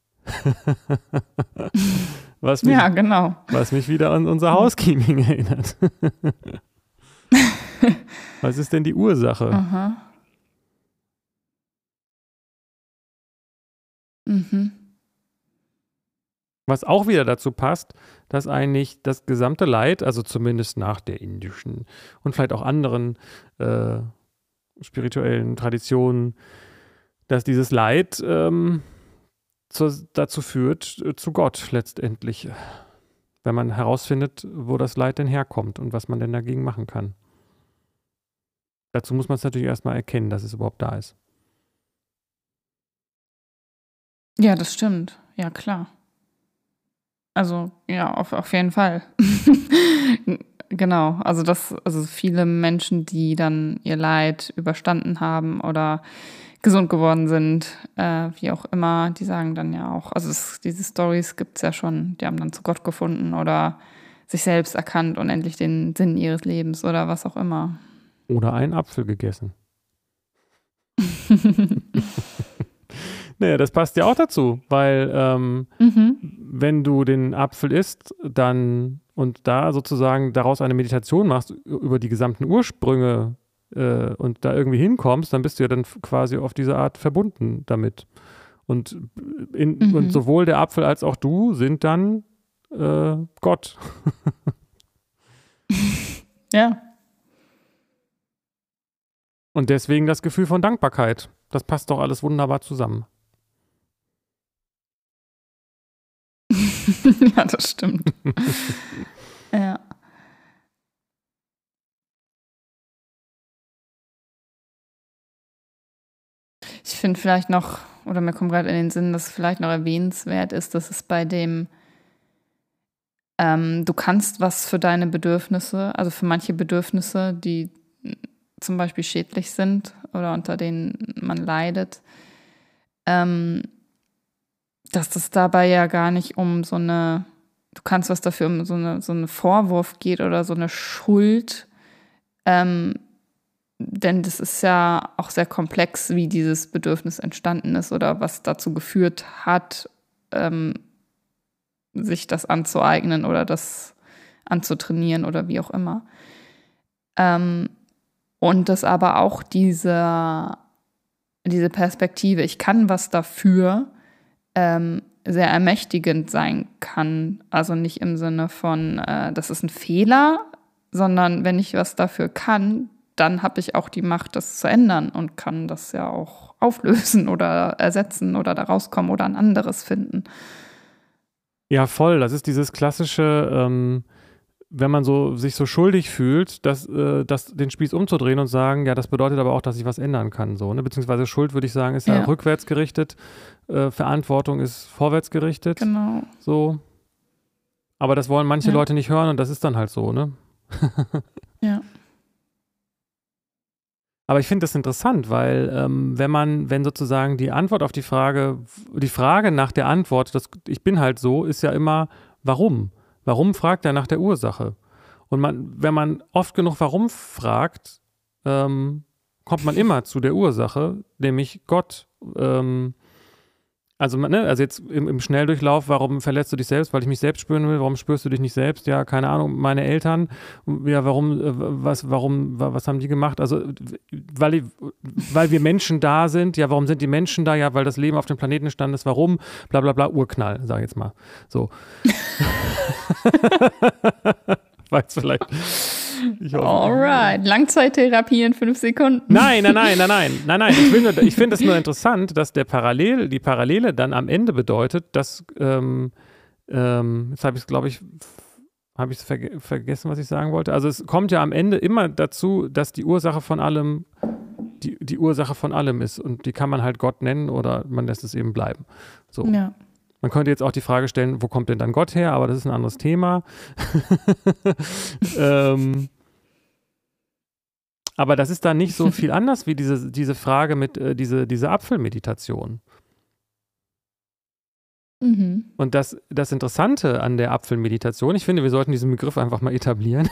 S1: was mich,
S2: ja, genau.
S1: Was mich wieder an unser Housekeeping erinnert. Was ist denn die Ursache?
S2: Aha. Mhm.
S1: Was auch wieder dazu passt, dass eigentlich das gesamte Leid, also zumindest nach der indischen und vielleicht auch anderen äh, spirituellen Traditionen, dass dieses Leid ähm, zu, dazu führt, äh, zu Gott letztendlich. Wenn man herausfindet, wo das Leid denn herkommt und was man denn dagegen machen kann. Dazu muss man es natürlich erstmal erkennen, dass es überhaupt da ist.
S2: Ja, das stimmt. Ja, klar. Also, ja, auf, auf jeden Fall. Genau. Also, das, also viele Menschen, die dann ihr Leid überstanden haben oder gesund geworden sind, äh, wie auch immer, die sagen dann ja auch, also es, diese Storys gibt es ja schon, die haben dann zu Gott gefunden oder sich selbst erkannt und endlich den Sinn ihres Lebens oder was auch immer.
S1: Oder einen Apfel gegessen. Naja, das passt ja auch dazu, weil ähm, mhm. wenn du den Apfel isst, dann und da sozusagen daraus eine Meditation machst über die gesamten Ursprünge äh, und da irgendwie hinkommst, dann bist du ja dann quasi auf diese Art verbunden damit. Und, in, mhm. und sowohl der Apfel als auch du sind dann äh, Gott.
S2: Ja.
S1: Und deswegen das Gefühl von Dankbarkeit. Das passt doch alles wunderbar zusammen.
S2: Ja, das stimmt. Ja. Ich finde vielleicht noch, oder mir kommt gerade in den Sinn, dass es vielleicht noch erwähnenswert ist, dass es bei dem, ähm, du kannst was für deine Bedürfnisse, also für manche Bedürfnisse, die zum Beispiel schädlich sind oder unter denen man leidet, ähm, dass das dabei ja gar nicht um so eine, du kannst was dafür, um so eine, so eine Vorwurf geht oder so eine Schuld, ähm, denn das ist ja auch sehr komplex, wie dieses Bedürfnis entstanden ist oder was dazu geführt hat, ähm, sich das anzueignen oder das anzutrainieren oder wie auch immer. Ähm, und das aber auch diese, diese Perspektive, ich kann was dafür, ähm, sehr ermächtigend sein kann. Also nicht im Sinne von, äh, das ist ein Fehler, sondern wenn ich was dafür kann, dann habe ich auch die Macht, das zu ändern und kann das ja auch auflösen oder ersetzen oder da rauskommen oder ein anderes finden.
S1: Ja, voll. Das ist dieses klassische, ähm, wenn man so sich so schuldig fühlt, dass, äh, dass den Spieß umzudrehen und sagen, ja, das bedeutet aber auch, dass ich was ändern kann. So, ne? Beziehungsweise Schuld, würde ich sagen, ist ja, ja rückwärts gerichtet. Äh, Verantwortung ist vorwärts gerichtet.
S2: Genau.
S1: So. Aber das wollen manche
S2: ja.
S1: Leute nicht hören und das ist dann halt so, ne?
S2: Ja.
S1: Aber ich finde das interessant, weil ähm, wenn man, wenn sozusagen die Antwort auf die Frage, die Frage nach der Antwort, das, ich bin halt so, ist ja immer, warum? Warum fragt er nach der Ursache? Und man, wenn man oft genug warum fragt, ähm, kommt man immer zu der Ursache, nämlich Gott. Ähm, also, ne, also jetzt im, im Schnelldurchlauf, warum verletzt du dich selbst? Weil ich mich selbst spüren will. Warum spürst du dich nicht selbst? Ja, keine Ahnung, meine Eltern. Ja, warum, was, warum, was haben die gemacht? Also, weil, weil wir Menschen da sind. Ja, warum sind die Menschen da? Ja, weil das Leben auf dem Planeten entstanden ist. Warum? Bla, bla, bla, Urknall, sag ich jetzt mal. So. Weiß vielleicht. Ich hoffe.
S2: Alright, Langzeittherapie in fünf Sekunden.
S1: Nein, nein, nein, nein, nein, nein, nein. Ich, will nur, ich finde es nur interessant, dass der Parallel, die Parallele dann am Ende bedeutet, dass, ähm, ähm, jetzt habe ich es, glaube ich, habe ich es verge- vergessen, was ich sagen wollte. Also es kommt ja am Ende immer dazu, dass die Ursache von allem die, die Ursache von allem ist und die kann man halt Gott nennen oder man lässt es eben bleiben. So.
S2: Ja.
S1: Man könnte jetzt auch die Frage stellen, wo kommt denn dann Gott her? Aber das ist ein anderes Thema. ähm, aber das ist dann nicht so viel anders wie diese, diese Frage mit äh, diese, diese Apfelmeditation.
S2: Mhm.
S1: Und das, das Interessante an der Apfelmeditation, ich finde, wir sollten diesen Begriff einfach mal etablieren,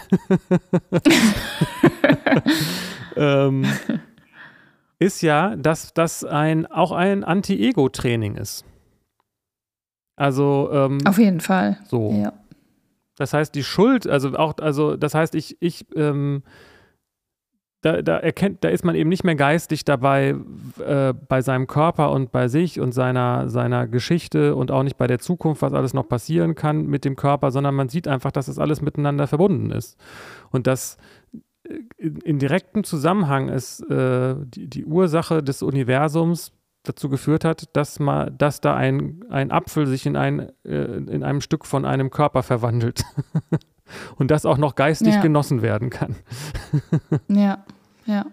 S1: ähm, ist ja, dass das ein, auch ein Anti-Ego-Training ist. Also ähm,
S2: Auf jeden Fall.
S1: so.
S2: Ja.
S1: Das heißt, die Schuld, also auch, also das heißt, ich, ich, ähm, da, da erkennt, da ist man eben nicht mehr geistig dabei äh, bei seinem Körper und bei sich und seiner, seiner Geschichte und auch nicht bei der Zukunft, was alles noch passieren kann mit dem Körper, sondern man sieht einfach, dass das alles miteinander verbunden ist. Und dass in, in direktem Zusammenhang ist äh, die, die Ursache des Universums dazu geführt hat, dass, man, dass da ein, ein Apfel sich in, ein, äh, in einem Stück von einem Körper verwandelt. Und das auch noch geistig
S2: Ja.
S1: genossen werden kann.
S2: Ja, ja.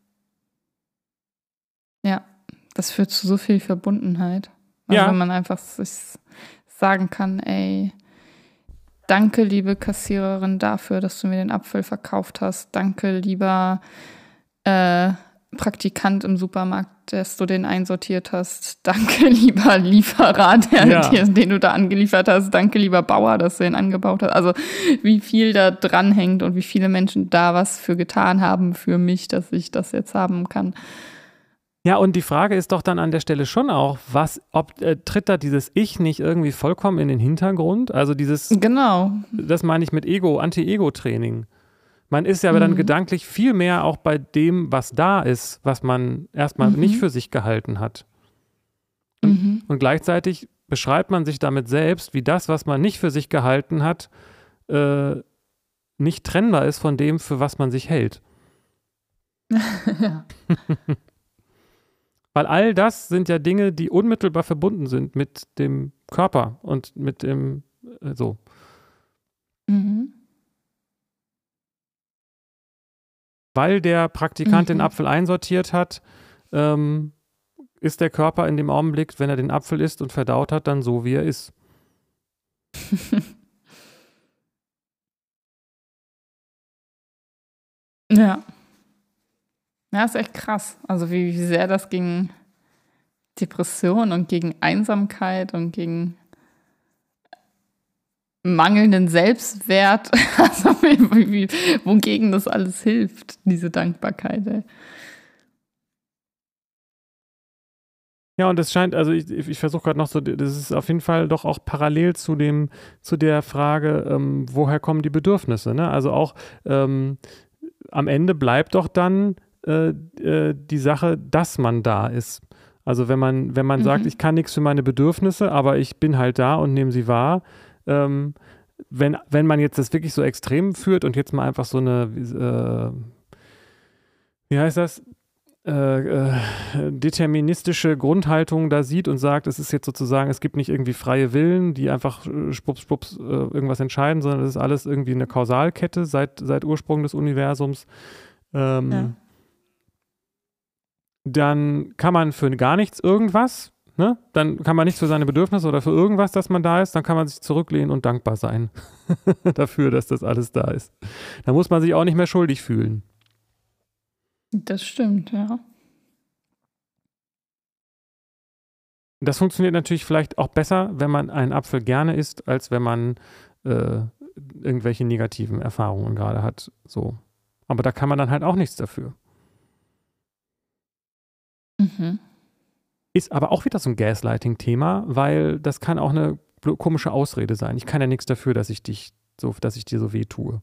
S2: Ja, das führt zu so viel Verbundenheit. Also
S1: Ja.
S2: wenn man einfach sich sagen kann, ey, danke, liebe Kassiererin, dafür, dass du mir den Apfel verkauft hast. Danke, lieber äh, Praktikant im Supermarkt, dass du den einsortiert hast. Danke, lieber Lieferer, der,
S1: Ja.
S2: der, den du da angeliefert hast. Danke, lieber Bauer, dass du den angebaut hast. Also wie viel da dranhängt und wie viele Menschen da was für getan haben für mich, dass ich das jetzt haben kann.
S1: Ja, und die Frage ist doch dann an der Stelle schon auch, was, ob äh, tritt da dieses Ich nicht irgendwie vollkommen in den Hintergrund? Also dieses,
S2: Genau.
S1: das meine ich mit Ego, Anti-Ego-Training. Man ist ja aber dann
S2: Mhm.
S1: gedanklich viel mehr auch bei dem, was da ist, was man erstmal
S2: Mhm.
S1: nicht für sich gehalten hat.
S2: Mhm.
S1: Und gleichzeitig beschreibt man sich damit selbst, wie das, was man nicht für sich gehalten hat, äh, nicht trennbar ist von dem, für was man sich hält.
S2: Ja.
S1: Weil all das sind ja Dinge, die unmittelbar verbunden sind mit dem Körper und mit dem, äh, so.
S2: Mhm.
S1: Weil der Praktikant den
S2: Mhm.
S1: Apfel einsortiert hat, ähm, ist der Körper in dem Augenblick, wenn er den Apfel isst und verdaut hat, dann so, wie er ist.
S2: Ja. Ja, ist echt krass. Also wie, wie sehr das gegen Depression und gegen Einsamkeit und gegen mangelnden Selbstwert, also wie, wie, wogegen das alles hilft, diese Dankbarkeit. Ey.
S1: Ja, und es scheint, also ich, ich versuche gerade noch so, das ist auf jeden Fall doch auch parallel zu dem, zu der Frage, ähm, woher kommen die Bedürfnisse, ne? Also auch ähm, am Ende bleibt doch dann äh, äh, die Sache, dass man da ist. Also wenn man, wenn man
S2: Mhm.
S1: sagt, ich kann nichts für meine Bedürfnisse, aber ich bin halt da und nehme sie wahr, ähm, wenn, wenn man jetzt das wirklich so extrem führt und jetzt mal einfach so eine, äh, wie heißt das, äh, äh, deterministische Grundhaltung da sieht und sagt, es ist jetzt sozusagen, es gibt nicht irgendwie freie Willen, die einfach äh, schwupps, schwupps äh, irgendwas entscheiden, sondern es ist alles irgendwie eine Kausalkette seit, seit Ursprung des Universums. Ähm,
S2: Ja.
S1: Dann kann man für gar nichts irgendwas, ne? Dann kann man nichts für seine Bedürfnisse oder für irgendwas, dass man da ist, dann kann man sich zurücklehnen und dankbar sein dafür, dass das alles da ist. Da muss man sich auch nicht mehr schuldig fühlen.
S2: Das stimmt, ja.
S1: Das funktioniert natürlich vielleicht auch besser, wenn man einen Apfel gerne isst, als wenn man äh, irgendwelche negativen Erfahrungen gerade hat. So. Aber da kann man dann halt auch nichts dafür.
S2: Mhm.
S1: Ist aber auch wieder so ein Gaslighting-Thema, weil das kann auch eine bl- komische Ausrede sein. Ich kann ja nichts dafür, dass ich dich so, dass ich dir so weh tue.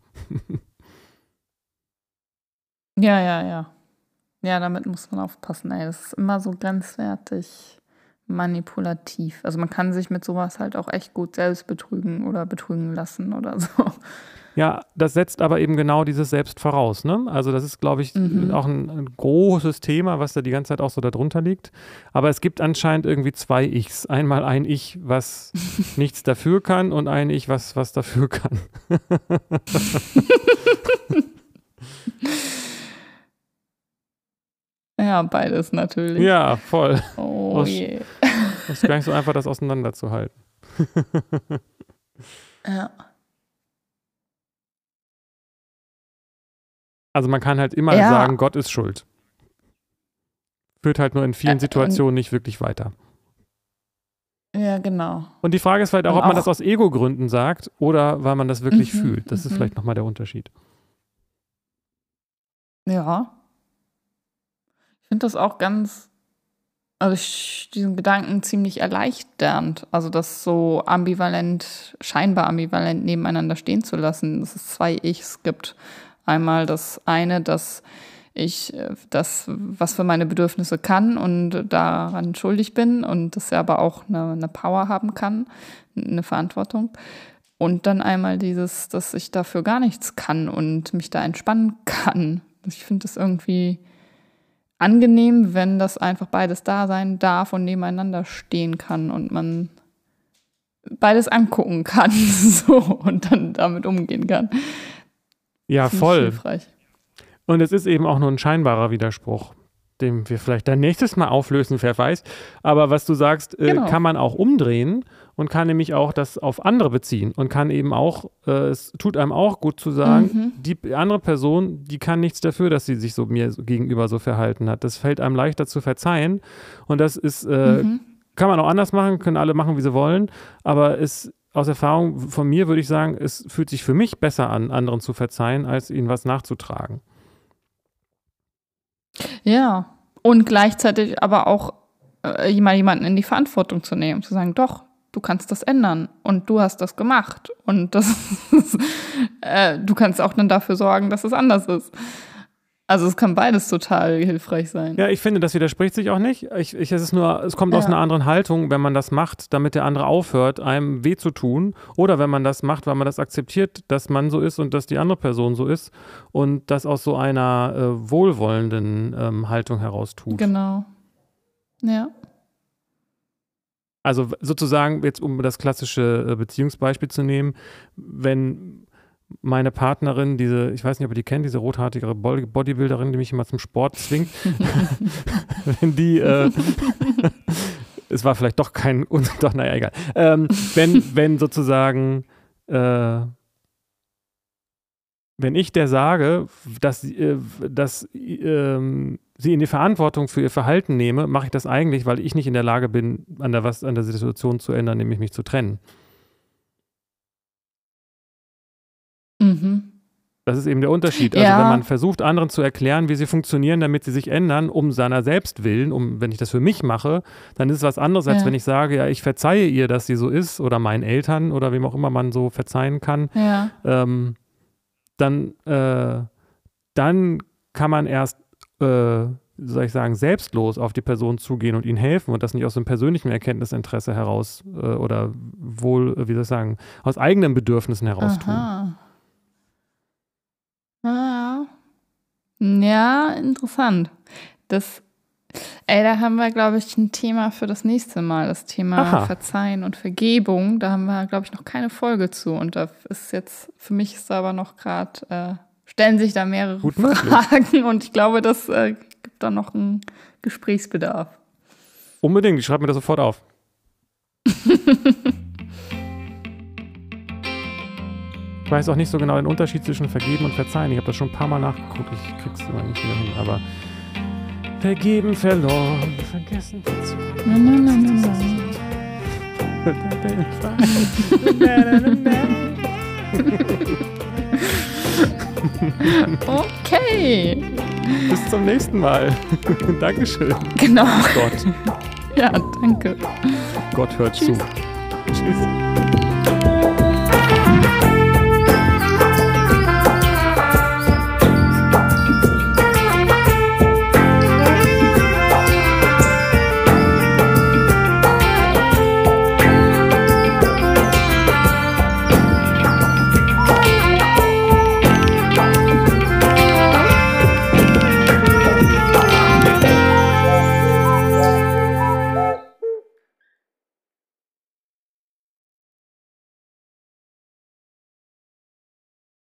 S2: Ja, ja, ja. Ja, damit muss man aufpassen, ey. Das ist immer so grenzwertig manipulativ. Also man kann sich mit sowas halt auch echt gut selbst betrügen oder betrügen lassen oder so.
S1: Ja, das setzt aber eben genau dieses Selbst voraus, ne? Also das ist, glaube ich, mhm. auch ein, ein großes Thema, was da die ganze Zeit auch so darunter liegt. Aber es gibt anscheinend irgendwie zwei Ichs. Einmal ein Ich, was nichts dafür kann und ein Ich, was was dafür kann.
S2: Ja, beides natürlich.
S1: Ja, voll.
S2: Oh
S1: das,
S2: je.
S1: Das ist gar nicht so einfach, das auseinanderzuhalten.
S2: Ja.
S1: Also man kann halt immer
S2: ja.
S1: sagen, Gott ist schuld. Führt halt nur in vielen
S2: Ä-
S1: Situationen nicht wirklich weiter.
S2: Ja, genau.
S1: Und die Frage ist vielleicht auch,
S2: Und
S1: ob man
S2: auch-
S1: das aus Ego-Gründen sagt oder weil man das wirklich
S2: Mhm,
S1: fühlt. Das ist
S2: mhm.
S1: vielleicht nochmal der Unterschied.
S2: Ja. Ich finde das auch ganz, also ich, diesen Gedanken ziemlich erleichternd. Also das so ambivalent, scheinbar ambivalent nebeneinander stehen zu lassen, dass es zwei Ichs gibt. Einmal das eine, dass ich äh, das, was für meine Bedürfnisse kann und daran schuldig bin und das ja aber auch eine, eine Power haben kann, eine Verantwortung. Und dann einmal dieses, dass ich dafür gar nichts kann und mich da entspannen kann. Ich finde das irgendwie angenehm, wenn das einfach beides da sein darf und nebeneinander stehen kann und man beides angucken kann so und dann damit umgehen kann.
S1: Ja,
S2: Finde ich
S1: voll.
S2: hilfreich.
S1: Und es ist eben auch nur ein scheinbarer Widerspruch, den wir vielleicht dann nächstes Mal auflösen, wer weiß. Aber was du sagst, äh,
S2: Genau.
S1: kann man auch umdrehen und kann nämlich auch das auf andere beziehen und kann eben auch, äh, es tut einem auch gut zu sagen,
S2: Mhm.
S1: die andere Person, die kann nichts dafür, dass sie sich so mir so gegenüber so verhalten hat. Das fällt einem leichter zu verzeihen und das ist, äh,
S2: Mhm.
S1: kann man auch anders machen, können alle machen, wie sie wollen, aber es aus Erfahrung von mir würde ich sagen, es fühlt sich für mich besser an, anderen zu verzeihen, als ihnen was nachzutragen.
S2: Ja, und gleichzeitig aber auch äh, mal jemanden in die Verantwortung zu nehmen, zu sagen, doch, du kannst das ändern und du hast das gemacht und das äh, du kannst auch dann dafür sorgen, dass es anders ist. Also es kann beides total hilfreich sein.
S1: Ja, ich finde, das widerspricht sich auch nicht. Ich, ich, es ist nur, es kommt aus
S2: Ja.
S1: einer anderen Haltung, wenn man das macht, damit der andere aufhört, einem weh zu tun. Oder wenn man das macht, weil man das akzeptiert, dass man so ist und dass die andere Person so ist und das aus so einer äh, wohlwollenden ähm, Haltung heraus tut.
S2: Genau. Ja.
S1: Also sozusagen, jetzt um das klassische äh, Beziehungsbeispiel zu nehmen, wenn meine Partnerin, diese, ich weiß nicht, ob ihr die kennt, diese rothaarige Bo- Bodybuilderin, die mich immer zum Sport zwingt, wenn die, äh, es war vielleicht doch kein, doch, naja, egal, ähm, wenn, wenn sozusagen, äh, wenn ich der sage, dass, äh, dass ähm, sie in die Verantwortung für ihr Verhalten nehme, mache ich das eigentlich, weil ich nicht in der Lage bin, an der, was, an der Situation zu ändern, nämlich mich zu trennen.
S2: Mhm.
S1: Das ist eben der Unterschied. Also
S2: Ja.
S1: wenn man versucht, anderen zu erklären, wie sie funktionieren, damit sie sich ändern, um seiner selbst willen, um, wenn ich das für mich mache, dann ist es was anderes, als
S2: Ja.
S1: wenn ich sage, ja, ich verzeihe ihr, dass sie so ist oder meinen Eltern oder wem auch immer man so verzeihen kann.
S2: Ja.
S1: Ähm, dann, äh, dann kann man erst, äh, wie soll ich sagen, selbstlos auf die Person zugehen und ihnen helfen und das nicht aus einem persönlichen Erkenntnisinteresse heraus äh, oder wohl, wie soll ich sagen, aus eigenen Bedürfnissen heraus tun.
S2: Aha. Ah. Ja, interessant. Das, ey, da haben wir, glaube ich, ein Thema für das nächste Mal. Das Thema
S1: Aha.
S2: Verzeihen und Vergebung. Da haben wir, glaube ich, noch keine Folge zu. Und da ist jetzt, für mich ist da aber noch gerade, äh, stellen sich da mehrere
S1: Gut möglich.
S2: Fragen. Und ich glaube, das äh, gibt da noch einen Gesprächsbedarf.
S1: Unbedingt, ich schreibe mir das sofort auf. Ich weiß auch nicht so genau den Unterschied zwischen vergeben und verzeihen. Ich habe das schon ein paar Mal nachgeguckt. Ich krieg's immer nicht wieder hin. Aber vergeben, verloren, vergessen, verzeihen.
S2: Na, na, na, na, na. Okay.
S1: Bis zum nächsten Mal. Dankeschön.
S2: Genau.
S1: Gott.
S2: Ja, danke.
S1: Gott hört
S2: Tschüss.
S1: zu. Tschüss.